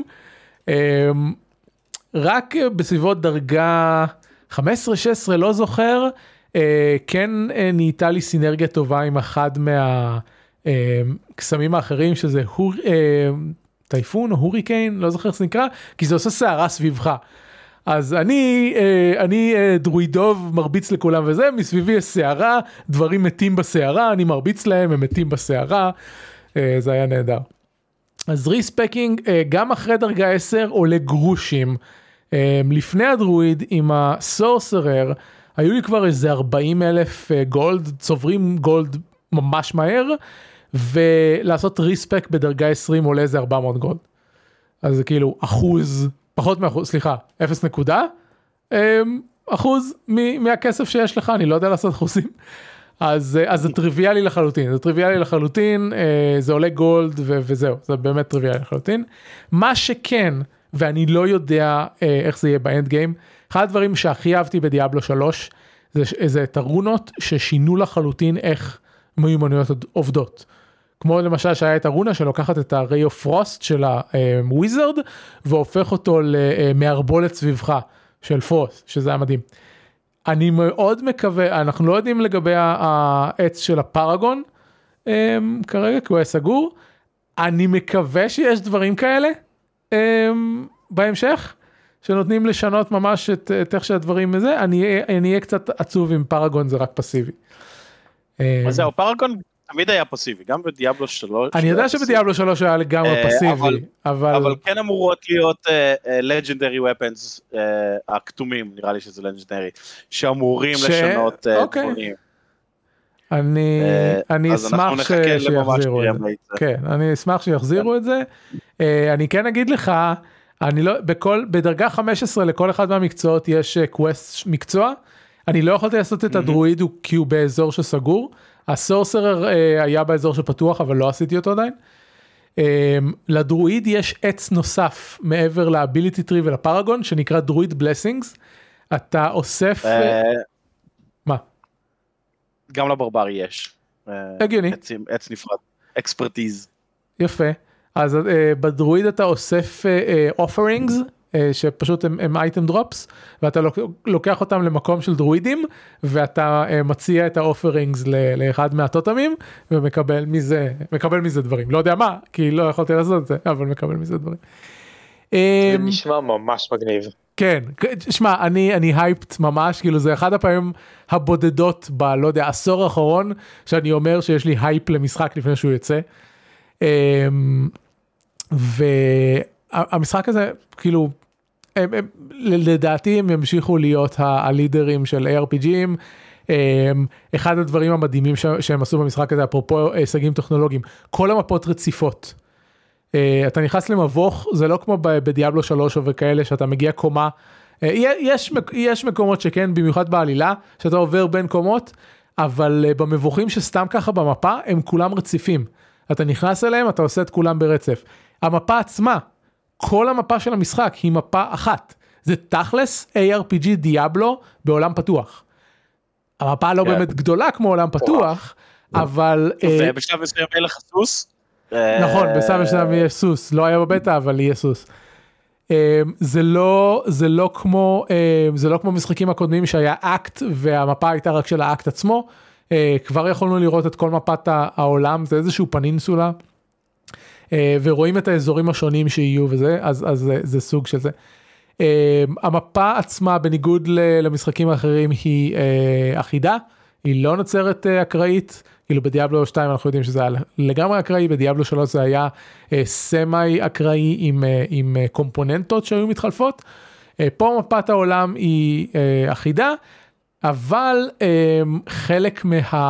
Speaker 2: רק בסביבות דרגה 15-16 לא זוכר, כן נהייתה לי סינרגיה טובה עם אחד מהקסמים האחרים שזה טייפון או הוריקיין, לא זוכר איך זה נקרא, כי זה עושה שערה סביבך. אז אני דרואידוב מרביץ לכולם וזה, מסביבי יש שערה, דברים מתים בשערה, אני מרביץ להם, הם מתים בשערה, זה היה נהדר. אז ריספקינג, גם אחרי דרגה 10 עולה גרושים, לפני הדרואיד עם הסורסרר, היו לי כבר איזה 40,000 גולד, צוברים גולד ממש מהר, ולעשות ריספק בדרגה 20 עולה איזה 400 גולד. אז זה כאילו אחוז, פחות מאחוז, סליחה, 0 נקודה, אחוז מהכסף שיש לך, אני לא יודע לעשות אחוזים. אז זה טריוויאלי לחלוטין, זה עולה גולד וזהו, זה באמת טריוויאלי לחלוטין. מה שכן, ואני לא יודע איך זה יהיה באנד גיים, אחד הדברים שהכי אהבתי בדיאבלו 3, זה את הרונות ששינו לחלוטין איך מיומנויות עובדות. כמו למשל שהיה את הרונה שלוקחת את ה-Ray of Frost של ה-Wizard, והופך אותו למערבולת סביבך של פרוסט, שזה היה מדהים. אני מאוד מקווה, אנחנו לא יודעים לגבי העץ של הפארגון, כרגע, כי הוא היה סגור, אני מקווה שיש דברים כאלה בהמשך, שנותנים לשנות ממש את איך שהדברים הזה, אני אהיה קצת עצוב אם פארגון זה רק פסיבי.
Speaker 3: אז זהו, פארגון תמיד היה פסיבי, גם בדיאבלו 3.
Speaker 2: אני יודע שבדיאבלו 3 היה לגמרי פסיבי,
Speaker 3: אבל כן אמורות להיות legendary weapons הכתומים, נראה לי שזה legendary, שאמורים לשנות דברים.
Speaker 2: אני אשמח שיחזירו את זה. כן, אני אשמח שיחזירו את זה. אני כן אגיד לך, בדרגה 15 לכל אחד מהמקצועות יש קווסט מקצוע, אני לא יכולתי לעשות את הדרואיד כי הוא באזור שסגור, הסורסרר היה באזור שפתוח אבל לא עשיתי אותו עדיין. לדרואיד יש עץ נוסף מעבר לאביליטי טרי ולפארגון שנקרא דרואיד בלסינגס, אתה אוסף... מה?
Speaker 3: גם לברבר יש.
Speaker 2: הגיוני.
Speaker 3: עץ נפרד, אקספרטיז.
Speaker 2: יפה. אז בדרואיד אתה אוסף offerings, שפשוט הם item drops, ואתה לוקח אותם למקום של דרואידים, ואתה מציע את ה-offerings לאחד מהטוטמים, ומקבל מזה דברים. לא יודע מה, כי לא יכולתי לעשות את זה, אבל מקבל מזה דברים.
Speaker 4: זה נשמע ממש מגניב.
Speaker 2: כן, שמע, אני הייפט ממש, כאילו זה אחד הפעמים הבודדות לא יודע, עשור האחרון, שאני אומר שיש לי הייפ למשחק לפני שהוא יוצא. והמשחק הזה, כאילו, לדעתי הם ימשיכו להיות הלידרים של ARPG'ים. אחד הדברים המדהימים שהם עשו במשחק הזה, אפרופו הישגים טכנולוגיים, כל המפות רציפות. אתה נכנס למבוך, זה לא כמו בדיאבלו 3 וכאלה, שאתה מגיע קומה, יש מקומות שכן, במיוחד בעלילה, שאתה עובר בין קומות, אבל במבוכים שסתם ככה במפה, הם כולם רציפים. אתה נכנס אליהם, אתה עושה את כולם ברצף. המפה עצמה, כל המפה של המשחק היא מפה אחת. זה תכלס ARPG דיאבלו בעולם פתוח. המפה לא באמת גדולה כמו עולם פתוח, אבל...
Speaker 3: ובשלב מסוים אין לך סוס?
Speaker 2: נכון, בשלב מסוים יש סוס. לא היה בבטא, אבל יהיה סוס. זה לא כמו משחקים הקודמים שהיה אקט, והמפה הייתה רק של האקט עצמו. כבר יכולנו לראות את כל מפת העולם, זה איזשהו פנינסולה, ורואים את האזורים השונים שיהיו וזה, אז זה סוג של זה. המפה עצמה, בניגוד למשחקים האחרים, היא אחידה, היא לא נוצרת אקראית, כאילו בדיאבלו 2 אנחנו יודעים שזה היה לגמרי אקראי, בדיאבלו 3 זה היה סמי אקראי עם קומפוננטות שהיו מתחלפות. פה מפת העולם היא אחידה, אבל חלק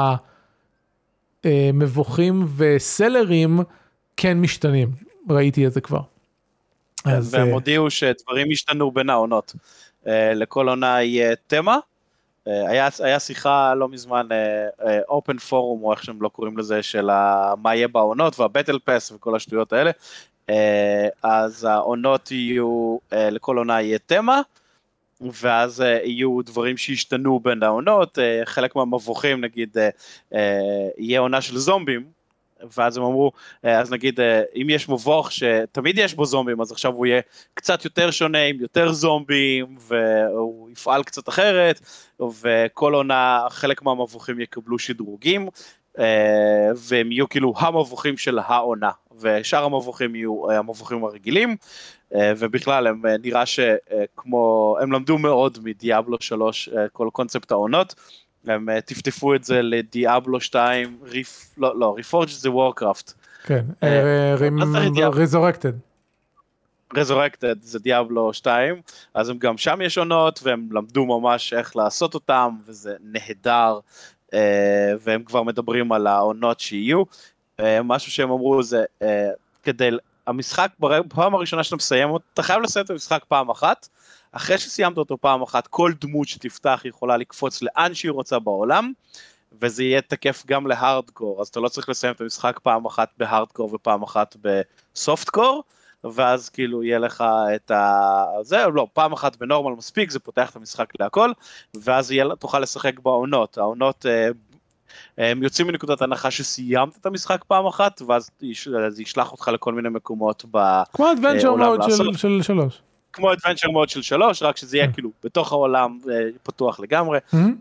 Speaker 2: מהמבוכים וסלרים כן משתנים, ראיתי את זה כבר.
Speaker 3: והם הודיעו שדברים השתנו בין העונות. לכל עונה יהיה תמה, היה שיחה לא מזמן, אופן פורום, או איך שהם לא קוראים לזה, של מה יהיה בעונות, והבטל פס וכל השטויות האלה, אז העונות יהיו, לכל עונה יהיה תמה, ואז יהיו דברים שישתנו בין העונות, חלק מהמבוכים, נגיד, יהיה עונה של זומבים, ואז הם אמרו, אז נגיד, אם יש מבוך שתמיד יש בו זומבים, אז עכשיו הוא יהיה קצת יותר שונה, עם יותר זומבים, והוא יפעל קצת אחרת, וכל עונה, חלק מהמבוכים יקבלו שדרוגים, והם יהיו כאילו המבוכים של העונה, ושאר המבוכים יהיו המבוכים הרגילים, ובכלל הם נראה שכמו, הם למדו מאוד מדיאבלו 3, כל קונספט העונות, הם טפטפו את זה לדיאבלו 2, ריפורג' זה וורקראפט.
Speaker 2: כן, רזורקטד.
Speaker 3: רזורקטד זה דיאבלו 2, אז הם גם שם יש עונות, והם למדו ממש איך לעשות אותם, וזה נהדר, והם כבר מדברים על העונות שיהיו. משהו שהם אמרו זה, כדי, המשחק, בפעם הראשונה שאתה מסיים, אתה חייב לסיים את המשחק פעם אחת, אחרי שסיימת אותו פעם אחת, כל דמות שתפתח יכולה לקפוץ לאן שהיא רוצה בעולם, וזה יהיה תקף גם להארדקור, אז אתה לא צריך לסיים את המשחק פעם אחת בהארדקור ופעם אחת בסופטקור, ואז כאילו יהיה לך את זה, לא, פעם אחת בנורמל מספיק, זה פותח את המשחק להכל, ואז תוכל לשחק בעונות, העונות הם יוצאים מנקודת הנחה שסיימת את המשחק פעם אחת, ואז זה ישלח אותך לכל מיני מקומות
Speaker 2: כמו Adventure Mode של 3.
Speaker 3: כמו Adventure Mode של 3, רק שזה יהיה כאילו בתוך העולם פתוח לגמרי.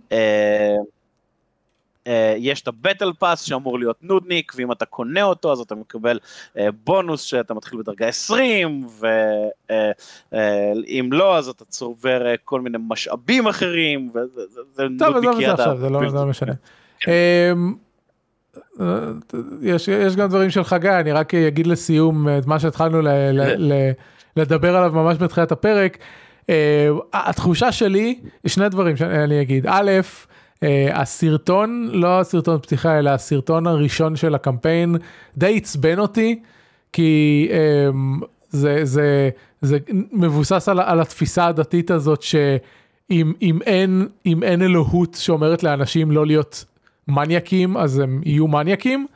Speaker 3: יש את הבטל פאס שאמור להיות נודניק, ואם אתה קונה אותו אז אתה מקבל בונוס שאתה מתחיל בדרגה 20, ואם לא אז אתה צובר כל מיני משאבים אחרים, וזה
Speaker 2: נודניק ידע. זה לא משנה. יש גם דברים של חגי, אני רק אגיד לסיום את מה שהתחלנו לדבר עליו ממש בתחילת הפרק. התחושה שלי, שני דברים שאני אגיד. א', הסרטון, לא הסרטון פתיחה, אלא הסרטון הראשון של הקמפיין, די עצבן אותי, כי זה מבוסס על התפיסה הדתית הזאת, שאם אין אלוהות שאומרת לאנשים לא להיות מניאקים, אז הם יהיו מניאקים.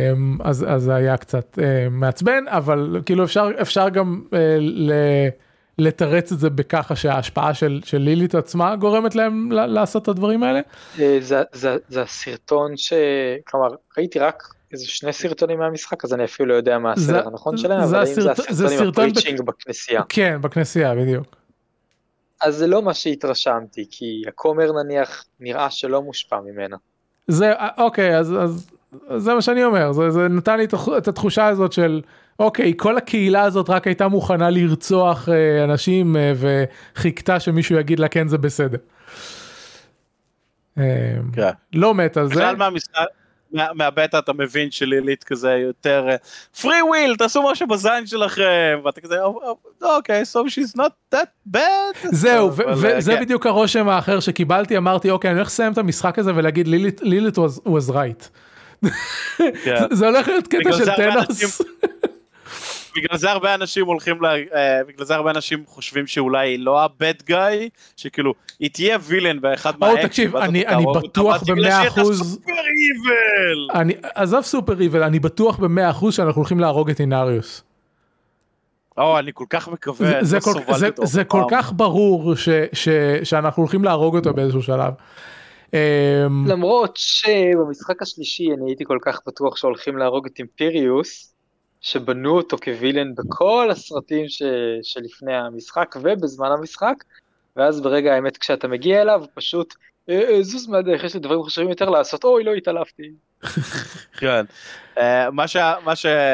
Speaker 2: אז זה היה קצת מעצבן, אבל כאילו אפשר גם לתרץ את זה בככה שההשפעה של לילית עצמה גורמת להם לעשות את הדברים האלה?
Speaker 4: זה הסרטון כלומר, ראיתי רק איזה 2 סרטונים מהמשחק, אז אני אפילו לא יודע מה הסדר הנכון שלהם, אבל האם זה הסרטונים הפריצ'ינג בכנסייה.
Speaker 2: כן, בכנסייה, בדיוק.
Speaker 4: אז זה לא מה שהתרשמתי, כי הכומר נניח נראה שלא מושפע ממנה.
Speaker 2: אוקיי, אז זה מה שאני אומר, זה נתן לי את התחושה הזאת של, אוקיי, כל הקהילה הזאת רק הייתה מוכנה לרצוח אנשים, וחיכתה שמישהו יגיד לה כן זה בסדר. לא מת על זה.
Speaker 3: בכלל מהבטא אתה מבין שלילית כזה יותר free will, תעשו משהו בזין שלכם, ואתה כזה, אוקיי, so she's not that bad.
Speaker 2: זהו, וזה בדיוק הרושם האחר שקיבלתי, אמרתי, אוקיי, אני הולך לסיים את המשחק הזה ולהגיד, לילית was right. זה הולך להיות קטע של טנוס.
Speaker 3: בגלל זה הרבה אנשים בגלל זה הרבה אנשים חושבים שאולי היא לא ה-bad guy, שכאילו, היא תהיה וילן באחד מהאקס.
Speaker 2: תקשיב, אני בטוח ב100%. עזוב סופר איבל, אני בטוח ב100% שאנחנו הולכים להרוג את אינריוס.
Speaker 3: אני כל כך מקווה.
Speaker 2: זה כל כך ברור שאנחנו הולכים להרוג אותו באיזשהו שלב.
Speaker 4: למרות שבמשחק השלישי אני הייתי כל כך בטוח שהולכים להרוג את אימפריוס, שבנו אותו כווילן בכל הסרטים שלפני המשחק ובזמן המשחק, ואז ברגע האמת כשאתה מגיע אליו, פשוט זוז מהדרך, יש לי דברים חשובים יותר לעשות, אוי לא התעלפתי.
Speaker 3: כן, מה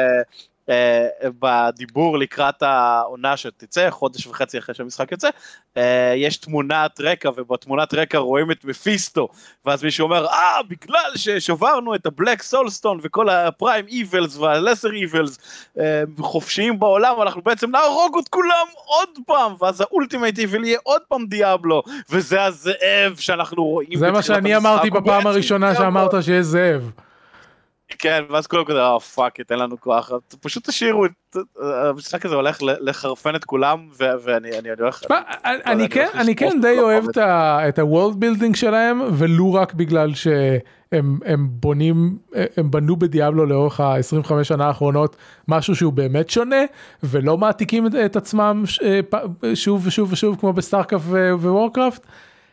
Speaker 3: בדיבור לקראת העונה שתצא, חודש וחצי אחרי שהמשחק יוצא, יש תמונת רקע, ובתמונת רקע רואים את מפיסטו, ואז מישהו אומר, בגלל ששברנו את הבלק סולסטון, וכל הפריים איבלס והלסר איבלס חופשיים בעולם, אנחנו בעצם נהרוג את כולם עוד פעם, ואז האולטימייט איבל יהיה עוד פעם דיאבלו, וזה הזאב שאנחנו רואים.
Speaker 2: זה מה שאני אמרתי בפעם הראשונה שאמרת שיש זאב.
Speaker 3: כן, ואז כולם כזה, פאק, תן לנו כוח, פשוט תשאירו, המשחק הזה הולך לחרפן את כולם, ואני הולך...
Speaker 2: אני כן די אוהב את ה-world building שלהם, ולא רק בגלל שהם בנו בדיאבלו לאורך ה-25 שנה האחרונות, משהו שהוא באמת שונה, ולא מעתיקים את עצמם שוב ושוב ושוב, כמו בסטארקראפט ווורקראפט,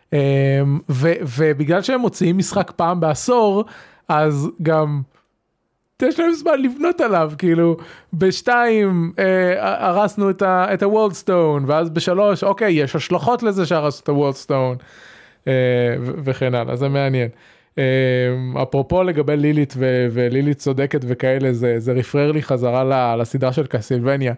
Speaker 2: ובגלל שהם מוציאים משחק פעם בעשור, אז גם... יש להם זמן לבנות עליו, כאילו, ב2 הרסנו את ה-Worldstone, ואז ב3, אוקיי, יש השלכות לזה שהרסנו את ה-Worldstone, וכן הלאה, זה מעניין. אפרופו לגבי לילית, ולילית צודקת וכאלה, זה רפרר לי חזרה לסדרה של קסילבניה,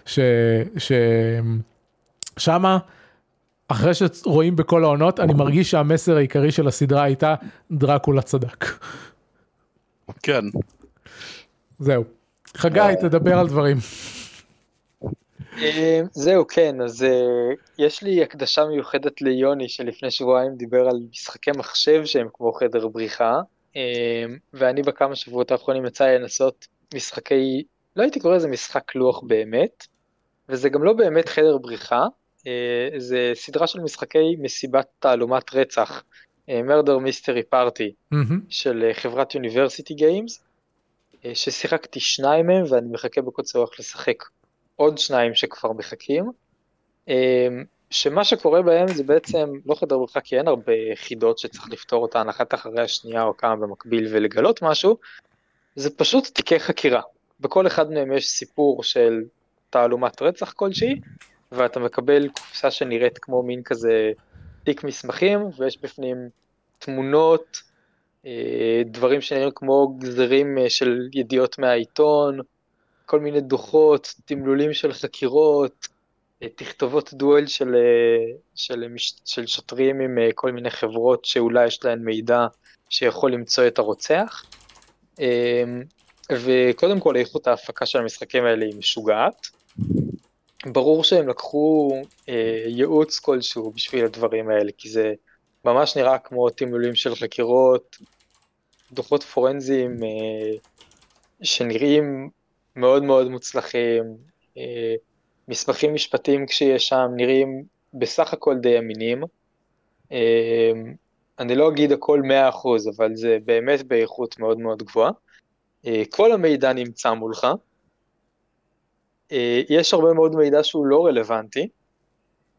Speaker 2: ששמה, אחרי שרואים בכל העונות, אני מרגיש שהמסר העיקרי של הסדרה הייתה, דרקולה צדק.
Speaker 3: כן.
Speaker 2: זהו. חגי, תדבר על דברים.
Speaker 4: זהו, כן, אז יש לי הקדשה מיוחדת ליוני, שלפני שבועיים דיבר על משחקי מחשב שהם כמו חדר בריחה, ואני בכמה שבועות האחרונים יצא לנסות משחקי, לא הייתי קורא לזה משחק לוח באמת, וזה גם לא באמת חדר בריחה, זה סדרה של משחקי מסיבת תעלומת רצח, Murder Mystery Party, של חברת University Games, ששיחקתי 2 מהם, ואני מחכה בקוצר רוח לשחק עוד 2 שכבר מחכים, שמה שקורה בהם זה בעצם לא חדר בריחה, כי אין הרבה חידות שצריך לפתור אותן אחת אחרי השנייה או כמה במקביל ולגלות משהו, זה פשוט תיקי חקירה. בכל אחד מהם יש סיפור של תעלומת רצח כלשהי, ואתה מקבל קופסה שנראית כמו מין כזה תיק מסמכים, ויש בפנים תמונות, דברים שנראים כמו גזרים של ידיעות מהעיתון, כל מיני דוחות, תמלולים של חקירות, תכתובות דואל של שוטרים עם כל מיני חברות שאולי יש להן מידע שיכול למצוא את הרוצח. וקודם כל איכות ההפקה של המשחקים האלה היא משוגעת. ברור שהם לקחו ייעוץ כלשהו בשביל הדברים האלה, כי זה ממש נראה כמו תמלולים של חקירות, דוחות פורנזיים שנראים מאוד מאוד מוצלחים, מסמכים משפטיים כשיש שם נראים בסך הכל די אמינים. אני לא אגיד הכל 100%, אבל זה באמת באיכות מאוד מאוד גבוהה. כל המידע נמצא מולך. יש הרבה מאוד מידע שהוא לא רלוונטי,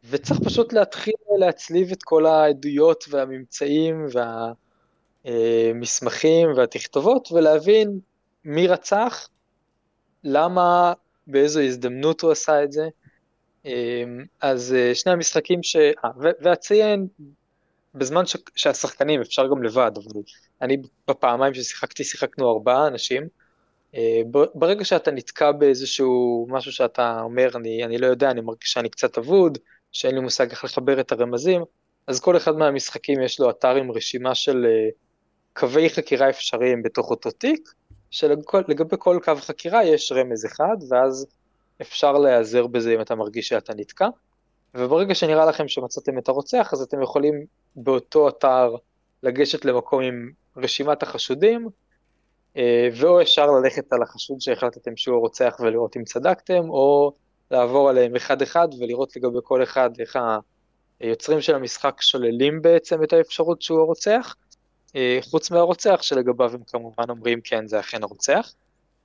Speaker 4: וצריך פשוט להתחיל להצליב את כל העדויות והממצאים והמסמכים והתכתובות, ולהבין מי רצח, למה, באיזו הזדמנות הוא עשה את זה. אז שני המשחקים ואציין, בזמן שהשחקנים אפשר גם לבד, אבל אני בפעמיים ששיחקתי, שיחקנו 4 אנשים. ברגע שאתה נתקע באיזשהו משהו שאתה אומר, אני לא יודע, אני מרגיש שאני קצת אבוד, שאין לי מושג איך לחבר את הרמזים, אז כל אחד מהמשחקים יש לו אתר עם רשימה של קווי חקירה אפשריים בתוך אותו תיק, שלגבי כל קו חקירה יש רמז אחד, ואז אפשר להיעזר בזה אם אתה מרגיש שאתה נתקע, וברגע שנראה לכם שמצאתם את הרוצח, אז אתם יכולים באותו אתר לגשת למקום עם רשימת החשודים, ואו אפשר ללכת על החשוד שהחלטתם שהוא רוצח ולראות אם צדקתם, או לעבור עליהם אחד אחד ולראות לגבי כל אחד איך היוצרים של המשחק שוללים בעצם את האפשרות שהוא הרוצח, חוץ מהרוצח שלגביו הם כמובן אומרים כן זה אכן הרוצח.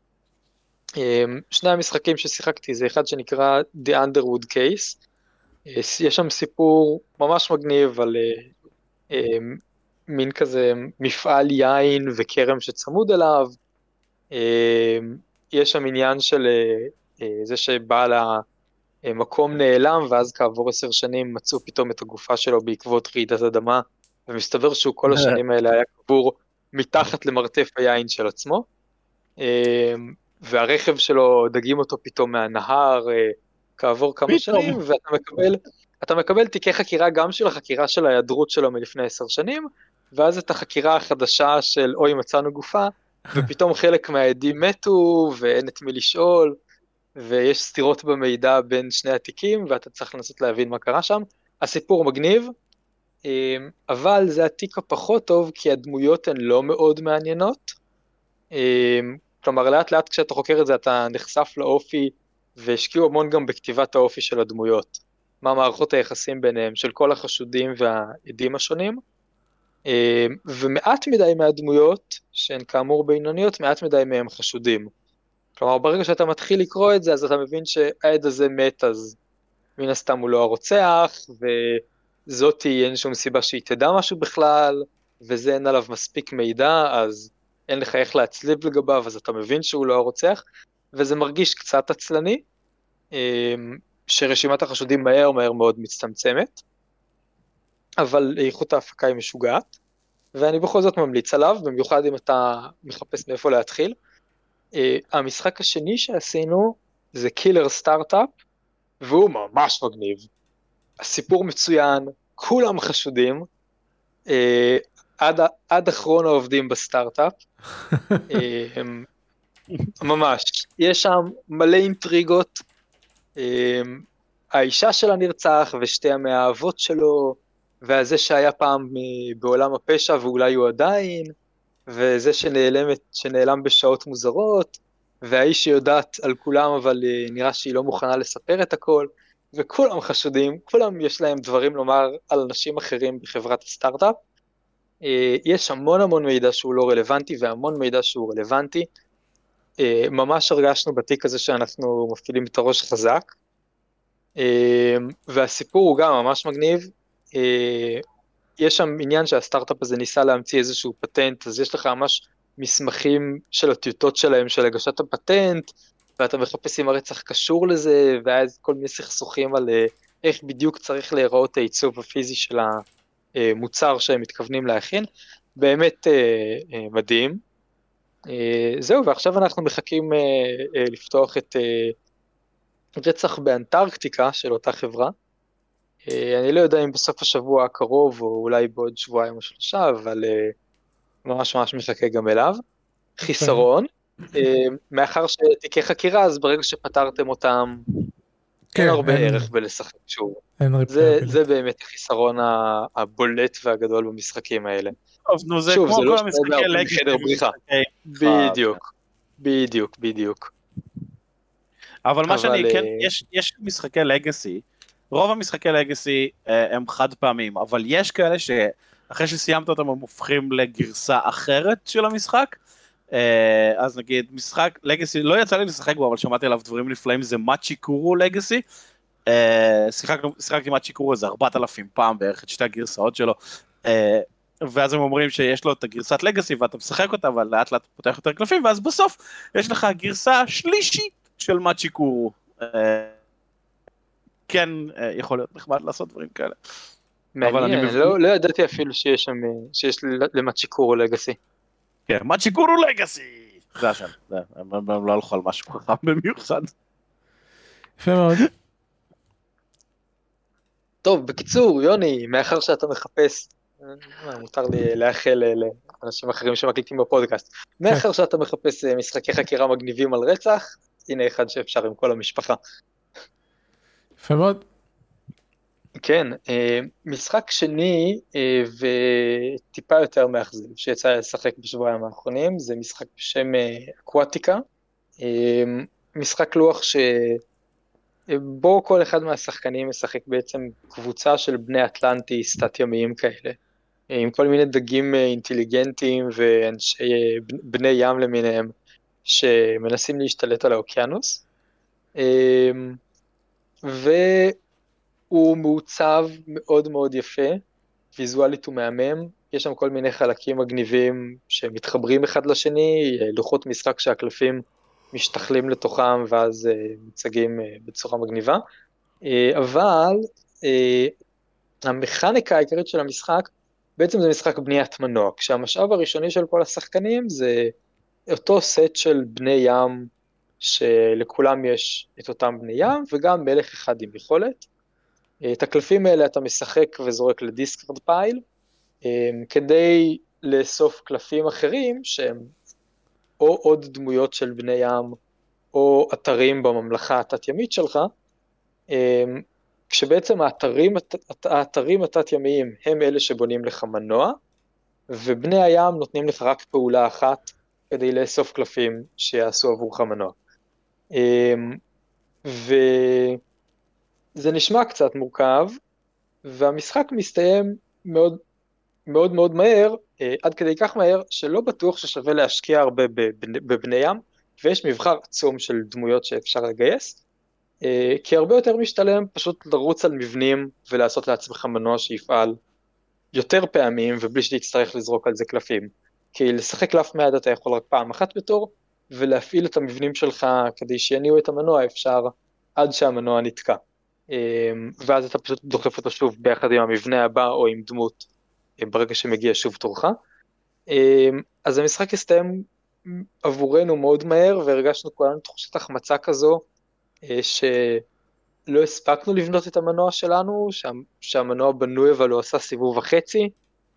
Speaker 4: שני המשחקים ששיחקתי זה אחד שנקרא The Underwood Case, יש שם סיפור ממש מגניב על מין כזה מפעל יין וקרם שצמוד אליו, יש שם עניין של זה שבעל המקום נעלם, ואז כעבור 10 שנים מצאו פתאום את הגופה שלו בעקבות רעידת אדמה, ומסתבר שהוא כל השנים האלה היה קבור מתחת למרתף היין של עצמו, והרכב שלו דגים אותו פתאום מהנהר כעבור כמה שנים, ואתה מקבל תיקי חקירה גם של החקירה של ההיעדרות שלו מלפני 10 שנים, ואז את החקירה החדשה של אוי מצאנו גופה, ופתאום חלק מהעדים מתו ואין את מי לשאול, ויש סתירות במידע בין שני התיקים, ואתה צריך לנסות להבין מה קרה שם. הסיפור מגניב, אבל זה התיק הפחות טוב, כי הדמויות הן לא מאוד מעניינות. כלומר, לאט לאט כשאתה חוקר את זה, אתה נחשף לאופי, והשקיעו המון גם בכתיבת האופי של הדמויות. מה מערכות היחסים ביניהם, של כל החשודים והעדים השונים. ומעט מדי מהדמויות, שהן כאמור בינוניות, מעט מדי מהם חשודים. כלומר, ברגע שאתה מתחיל לקרוא את זה, אז אתה מבין שהעד הזה מת, אז מן הסתם הוא לא הרוצח, וזאתי אין שום סיבה שהיא תדע משהו בכלל, וזה אין עליו מספיק מידע, אז אין לך איך להצליב לגביו, אז אתה מבין שהוא לא הרוצח, וזה מרגיש קצת עצלני, שרשימת החשודים מהר מאוד מצטמצמת, אבל איכות ההפקה היא משוגעת, ואני בכל זאת ממליץ עליו, במיוחד אם אתה מחפש מאיפה להתחיל. המשחק השני שעשינו זה קילר סטארט-אפ, והוא ממש מגניב. הסיפור מצוין, כולם חשודים, עד אחרון העובדים בסטארט-אפ, ממש. יש שם מלא אינטריגות, האישה של הנרצח ושתי המאהבות שלו, והזה שהיה פעם בעולם הפשע ואולי הוא עדיין, וזה שנעלם בשעות מוזרות, והאיש שיודעת על כולם אבל נראה שהיא לא מוכנה לספר את הכל, וכולם חשודים, כולם יש להם דברים לומר על אנשים אחרים בחברת הסטארט-אפ. יש המון מידע שהוא לא רלוונטי והמון מידע שהוא רלוונטי. ממש הרגשנו בתיק הזה שאנחנו מפעילים את הראש חזק, והסיפור הוא גם ממש מגניב. יש שם עניין שהסטארט-אפ הזה ניסה להמציא איזשהו פטנט, אז יש לך ממש מסמכים של הטיוטות שלהם של הגשת הפטנט, ואתה מחפש אם הרצח קשור לזה, ואז כל מיני סכסוכים על איך בדיוק צריך להיראות העיצוב הפיזי של המוצר שהם מתכוונים להכין. באמת מדהים. זהו, ועכשיו אנחנו מחכים לפתוח את רצח באנטרקטיקה של אותה חברה. אני לא יודע אם בסוף השבוע הקרוב, או אולי בעוד שבועיים או 3, אבל ממש מחכה גם אליו. חיסרון, מאחר שתיקי חקירה, אז ברגע שפתרתם אותם, אין הרבה ערך בלשחק שוב. זה באמת החיסרון הבולט והגדול במשחקים האלה.
Speaker 3: טוב, נו, זה כמו כל המשחקי לגאסי.
Speaker 4: בדיוק.
Speaker 3: אבל מה שאני כן, יש משחקי לגאסי, רוב המשחקי לגאסי הם חד פעמים, אבל יש כאלה שאחרי שסיימת אותם הם הופכים לגרסה אחרת של המשחק. אז נגיד משחק לגאסי, לא יצא לי לשחק בו, אבל שמעתי עליו דברים נפלאים, זה מאצ'י קורו לגאסי. שיחקתי עם צ'יקורו איזה 4,000 פעם בערך את שתי הגרסאות שלו, ואז הם אומרים שיש לו את הגרסת לגאסי ואתה משחק אותה, אבל לאט לאט פותח יותר קלפים, ואז בסוף יש לך גרסה שלישית של מצ'יקורו. כן, יכול להיות נחמד לעשות דברים כאלה.
Speaker 4: מעניין, לא ידעתי אפילו שיש למצ'יקורו לגאסי.
Speaker 3: כן, מצ'יקורו לגאסי! זה השם, הם לא הלכו על משהו חכם במיוחד.
Speaker 2: יפה מאוד.
Speaker 4: טוב, בקיצור, יוני, מאחר שאתה מחפש, מותר לי לאחל לאנשים אחרים שמקליטים בפודקאסט, מאחר שאתה מחפש משחקי חקירה מגניבים על רצח, הנה אחד שאפשר עם כל המשפחה.
Speaker 2: יפה מאוד.
Speaker 4: כן, משחק שני וטיפה יותר מאכזב שיצא לשחק בשבועיים האחרונים, זה משחק בשם אקוואטיקה, משחק לוח שבו כל אחד מהשחקנים משחק בעצם קבוצה של בני אטלנטיס תת-ימיים כאלה, עם כל מיני דגים אינטליגנטיים ואנשי בני ים למיניהם שמנסים להשתלט על האוקיינוס, הוא מעוצב מאוד מאוד יפה, ויזואלית הוא מהמם, יש שם כל מיני חלקים מגניבים שמתחברים אחד לשני, לוחות משחק שהקלפים משתכלים לתוכם ואז מצגים בצורה מגניבה, אבל המכניקה העיקרית של המשחק, בעצם זה משחק בניית מנוע, כשהמשאב הראשוני של כל השחקנים זה אותו סט של בני ים, שלכולם יש את אותם בני ים, וגם מלך אחד עם יכולת, את הקלפים האלה אתה משחק וזורק לדיסקרד פייל, כדי לאסוף קלפים אחרים שהם או עוד דמויות של בני ים, או אתרים בממלכה התת-ימית שלך, כשבעצם האתרים התת-ימיים הם אלה שבונים לך מנוע, ובני הים נותנים לך רק פעולה אחת, כדי לאסוף קלפים שיעשו עבורך מנוע. זה נשמע קצת מורכב, והמשחק מסתיים מאוד מאוד מאוד מהר, עד כדי כך מהר, שלא בטוח ששווה להשקיע הרבה בבני ים, ויש מבחר עצום של דמויות שאפשר לגייס, כי הרבה יותר משתלם פשוט לרוץ על מבנים, ולעשות לעצמך מנוע שיפעל יותר פעמים, ובלי שתצטרך לזרוק על זה קלפים. כי לשחק קלף מיד אתה יכול רק פעם אחת בתור, ולהפעיל את המבנים שלך כדי שיניעו את המנוע אפשר עד שהמנוע נתקע. ואז אתה פשוט דוחף אותו שוב ביחד עם המבנה הבא או עם דמות ברגע שמגיע שוב תורך. אז המשחק הסתיים עבורנו מאוד מהר, והרגשנו כולנו תחושת החמצה כזו, שלא הספקנו לבנות את המנוע שלנו, שהמנוע בנוי אבל הוא עשה סיבוב וחצי.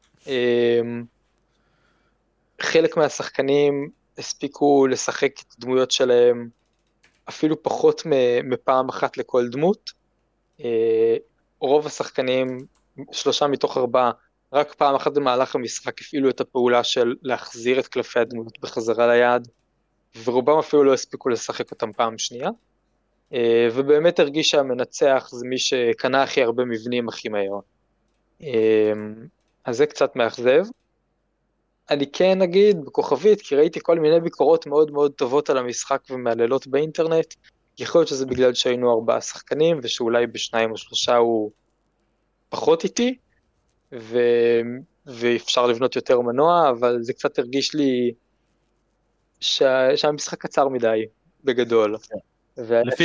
Speaker 4: חלק מהשחקנים הספיקו לשחק את הדמויות שלהם אפילו פחות מפעם אחת לכל דמות. רוב השחקנים, 3 מתוך 4, רק פעם אחת במהלך המשחק הפעילו את הפעולה של להחזיר את קלפי הדמות בחזרה ליד, ורובם אפילו לא הספיקו לשחק אותם פעם שנייה, ובאמת הרגיש שהמנצח זה מי שקנה הכי הרבה מבנים הכי מהר. אז זה קצת מאכזב. אני כן אגיד בכוכבית, כי ראיתי כל מיני ביקורות מאוד מאוד טובות על המשחק ומעללות באינטרנט, יכול להיות שזה בגלל שהיינו 4 שחקנים, ושאולי ב2 או 3 הוא פחות איטי, ואפשר לבנות יותר מנוע, אבל זה קצת הרגיש לי שהמשחק קצר מדי, בגדול.
Speaker 3: לפי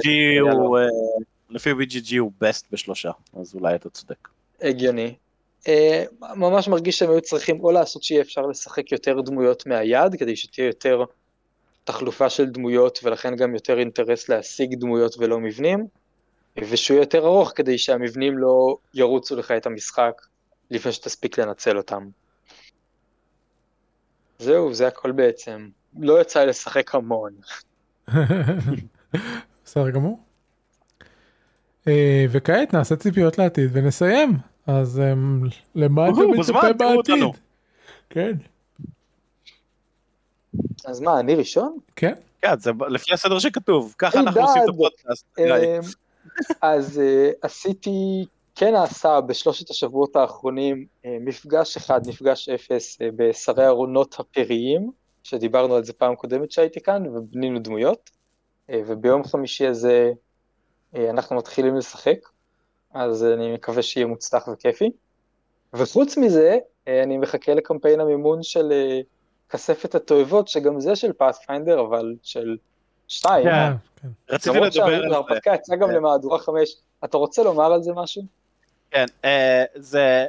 Speaker 3: BGG הוא בסט ב3, אז אולי אתה צודק.
Speaker 4: הגיוני. ממש מרגיש שהם היו צריכים או לעשות שיהיה אפשר לשחק יותר דמויות מהיד, כדי שתהיה יותר תחלופה של דמויות, ולכן גם יותר אינטרס להשיג דמויות ולא מבנים, ושהוא יותר ארוך כדי שהמבנים לא ירוצו לך את המשחק, לפני שתספיק לנצל אותם. זהו, זה הכל בעצם. לא יצא לשחק המון.
Speaker 2: בסדר גמור. וכעת נעשה ציפיות לעתיד ונסיים. אז למה אתה מצפה בעתיד? כן.
Speaker 4: אז מה, אני ראשון?
Speaker 2: כן.
Speaker 3: כן, זה לפי הסדר שכתוב, ככה אנחנו עושים את הפודקאסט.
Speaker 4: אז עשיתי, כן נעשה בשלושת השבועות האחרונים, מפגש אחד, מפגש 0 בשרי ארונות הפריים, שדיברנו על זה פעם קודמת שהייתי כאן, ובנינו דמויות, וביום חמישי הזה אנחנו מתחילים לשחק, אז אני מקווה שיהיה מוצלח וכיפי. וחוץ מזה, אני מחכה לקמפיין המימון של כספת התועבות, שגם זה של פאת'פיינדר, אבל של 2.
Speaker 3: רציתי לדבר על זה.
Speaker 4: ההרפתקה יצא גם למהדורה 5. אתה רוצה לומר על זה משהו?
Speaker 3: כן, זה...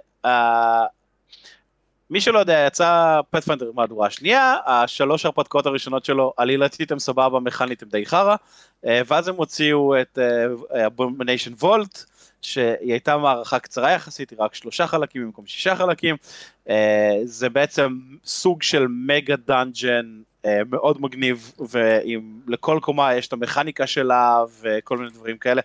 Speaker 3: מי שלא יודע, יצא פאת'פיינדר מהדורה השנייה, 3 הרפתקאות הראשונות שלו, עלילתית הם סבבה, מכנית הם די חרא, ואז הם הוציאו את Abomination Vault, שהיא הייתה מערכה קצרה יחסית, היא רק 3 חלקים במקום 6 חלקים, זה בעצם סוג של מגה דאנג'ן מאוד מגניב, ולכל קומה יש את המכניקה שלה וכל מיני דברים כאלה,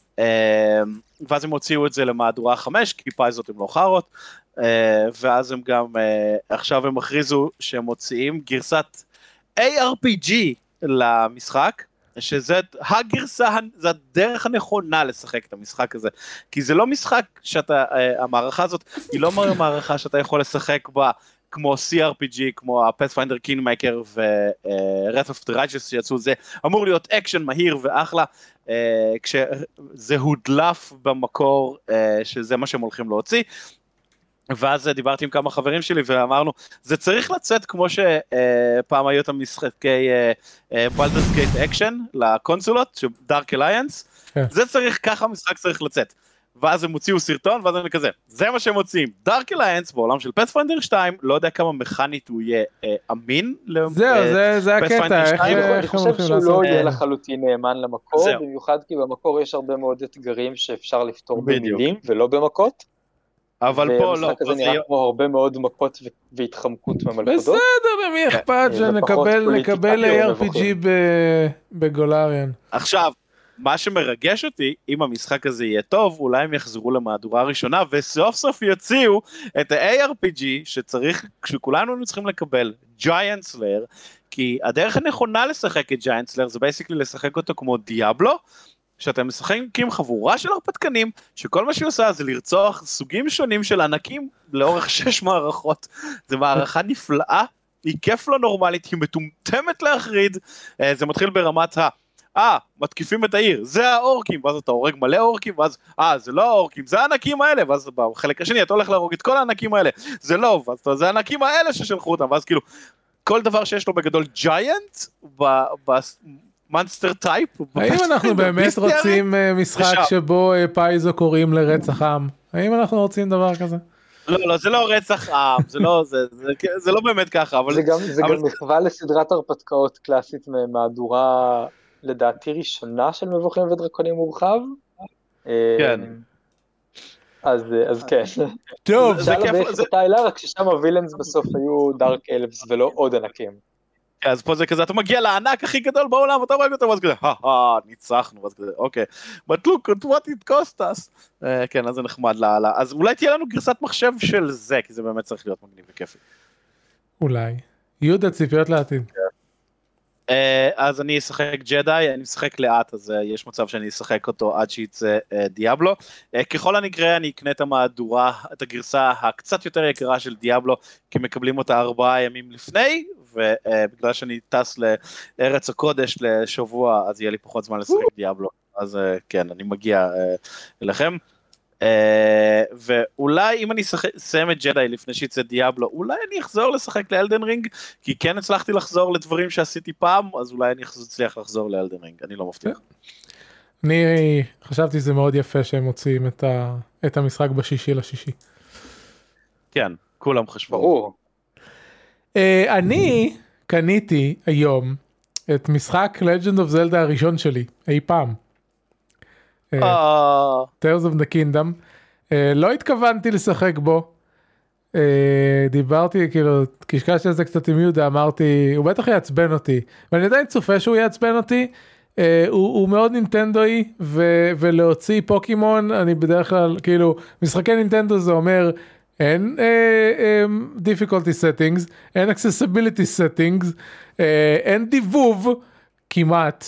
Speaker 3: ואז הם הוציאו את זה למהדורה 5, כי פייזות הם לא חרות, ואז הם גם, עכשיו הם הכריזו שהם מוציאים גרסת ARPG למשחק, שזה הגרסה, זה הדרך הנכונה לשחק את המשחק הזה, כי זה לא משחק שאתה, המערכה הזאת, היא לא מערכה שאתה יכול לשחק בה, כמו CRPG, כמו ה-Pathfinder Kingmaker ו-Wrath of the Righteous שיצאו, זה אמור להיות אקשן מהיר ואחלה, כשזה הודלף במקור, שזה מה שהם הולכים להוציא, ואז דיברתי עם כמה חברים שלי ואמרנו, זה צריך לצאת כמו שפעם היו את המשחקי Baldur's Gate Action לקונסולות, Dark Alliance, זה צריך, ככה המשחק צריך לצאת. ואז הם הוציאו סרטון, ואז אני כזה, זה מה שהם מוציאים. Dark Alliance בעולם של Pathfinder 2, לא יודע כמה מכנית הוא יהיה אמין.
Speaker 2: זה הקטע.
Speaker 4: אני חושב שהוא לא יהיה לחלוטין נאמן למקור, במיוחד כי במקור יש הרבה מאוד אתגרים שאפשר לפתור במילים, ולא במכות.
Speaker 3: אבל פה לא.
Speaker 4: והמשחק הזה נראה כמו הרבה מאוד מכות והתחמקות מהמלכודות.
Speaker 2: בסדר, למי אכפת שנקבל ARPG בגולריאן.
Speaker 3: עכשיו, מה שמרגש אותי, אם המשחק הזה יהיה טוב, אולי הם יחזרו למהדורה הראשונה, וסוף סוף יוציאו את ה-ARPG שצריך, שכולנו צריכים לקבל, Giant Slayer, כי הדרך הנכונה לשחק את Giant Slayer, זה basically לשחק אותו כמו דיאבלו, שאתם משחקים חבורה של הרפתקנים, שכל מה שהיא עושה זה לרצוח סוגים שונים של ענקים, לאורך 6 מערכות, זה מערכה נפלאה, היא כיף לא נורמלית, היא מטומטמת להחריד, זה מתחיל ברמת מתקיפים את העיר, זה האורקים, ואז אתה הורג מלא אורקים, ואז, זה לא האורקים, זה הענקים האלה, ואז בחלק השני אתה הולך להרוג את כל הענקים האלה, זה לא, ואז זה הענקים האלה ששלחו אותם, ואז כאילו, כל דבר שיש לו בגדול ג'יינט, במונסטר טייפ,
Speaker 2: האם אנחנו באמת רוצים משחק שבו פייזו קוראים לרצח עם? האם אנחנו רוצים דבר כזה?
Speaker 3: לא, זה לא רצח עם, זה לא באמת ככה, אבל...
Speaker 4: זה גם מחווה לסדרת הרפתקאות קלאסית מהדורה... לדעתי ראשונה של מבוכים ודרקונים מורחב.
Speaker 3: כן.
Speaker 4: אז כן.
Speaker 2: טוב.
Speaker 4: זה כיף. זה טיילה, רק ששם הווילנס בסוף היו דארק אלפס ולא עוד ענקים.
Speaker 3: אז פה זה כזה, אתה מגיע לענק הכי גדול בעולם, אתה רואה אותו, ואז כזה, ניצחנו, ואז כזה, אוקיי. But look at what it cost us. כן, אז זה נחמד לאללה. אז אולי תהיה לנו גרסת מחשב של זה, כי זה באמת צריך להיות מגניב וכיפי.
Speaker 2: אולי. יהודה, ציפיות לעתיד.
Speaker 3: אז אני אשחק ג'די, אני אשחק לאט, אז יש מצב שאני אשחק אותו עד שיצא דיאבלו. ככל הנקרא אני אקנה את המהדורה, את הגרסה הקצת יותר יקרה של דיאבלו, כי מקבלים אותה 4 ימים לפני, ובגלל שאני טס לארץ הקודש לשבוע, אז יהיה לי פחות זמן לשחק דיאבלו. אז כן, אני מגיע אליכם. ואולי אם אני אסיים את ג'די לפני שיצא דיאבלו, אולי אני אחזור לשחק לאלדן רינג, כי כן הצלחתי לחזור לדברים שעשיתי פעם, אז אולי אני אצליח לחזור לאלדן רינג, אני לא מבטיח.
Speaker 2: אני חשבתי שזה מאוד יפה שהם מוציאים את המשחק ב6/6.
Speaker 3: כן, כולם חשבו.
Speaker 4: ברור.
Speaker 2: אני קניתי היום את משחק Legend of Zelda הראשון שלי, אי פעם. Tears of the Kingdom, לא התכוונתי לשחק בו, דיברתי כאילו, קשקשתי על זה קצת עם יהודה, אמרתי, הוא בטח יעצבן אותי, ואני עדיין צופה שהוא יעצבן אותי, הוא מאוד נינטנדואי, ולהוציא פוקימון, אני בדרך כלל, כאילו, משחקי נינטנדו זה אומר, אין difficulty settings, אין accessibility settings, אין דיבוב, כמעט,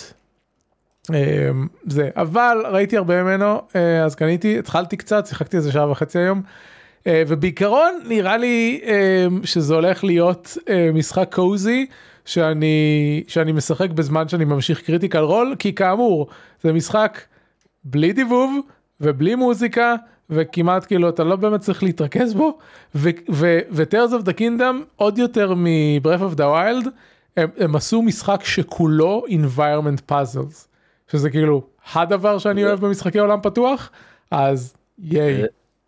Speaker 2: זה, אבל ראיתי הרבה ממנו, אז קניתי, התחלתי קצת, שיחקתי איזה 1.5 שעות היום, ובעיקרון נראה לי שזה הולך להיות משחק קוזי, שאני משחק בזמן שאני ממשיך קריטיקל רול, כי כאמור, זה משחק בלי דיבוב ובלי מוזיקה, וכמעט כאילו אתה לא באמת צריך להתרכז בו, ו-Tears of the Kingdom עוד יותר מ-Breath of the Wild, הם עשו משחק שכולו environment puzzles, שזה כאילו הדבר שאני אוהב במשחקי עולם פתוח, אז ייי.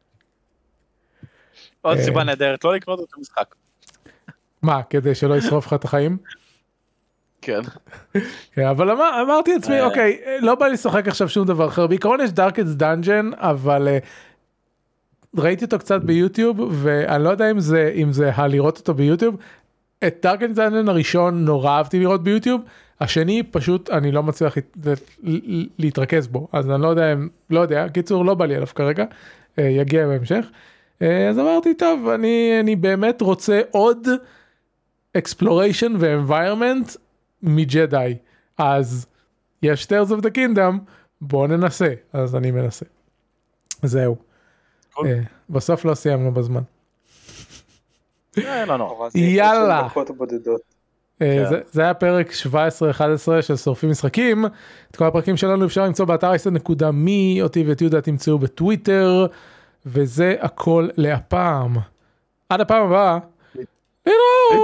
Speaker 3: עוד סיבה נהדרת, לא לקנות את המשחק.
Speaker 2: מה, כדי שלא ישרוף לך את החיים?
Speaker 3: כן.
Speaker 2: אבל אמרתי לעצמי, אוקיי, לא בא לי לשחק עכשיו שום דבר אחר, בעיקרון יש Darkest Dungeon, אבל ראיתי אותו קצת ביוטיוב, ואני לא יודע אם זה לראות אותו ביוטיוב, את Darkest Dungeon הראשון נורא אהבתי לראות ביוטיוב, השני פשוט אני לא מצליח להתרכז בו, אז אני לא יודע, קיצור לא בא לי עליו כרגע, יגיע בהמשך, אז אמרתי טוב, אני באמת רוצה עוד exploration ו-environment מג'די, אז יש Tears of the Kingdom, בואו ננסה, אז אני מנסה. זהו. בסוף לא סיימנו בזמן. יאללה. זה היה פרק 17-11 של שורפים משחקים. את כל הפרקים שלנו אפשר למצוא באתר island.me, אותי ואת יהודה תמצאו בטוויטר, וזה הכל להפעם. עד הפעם הבאה.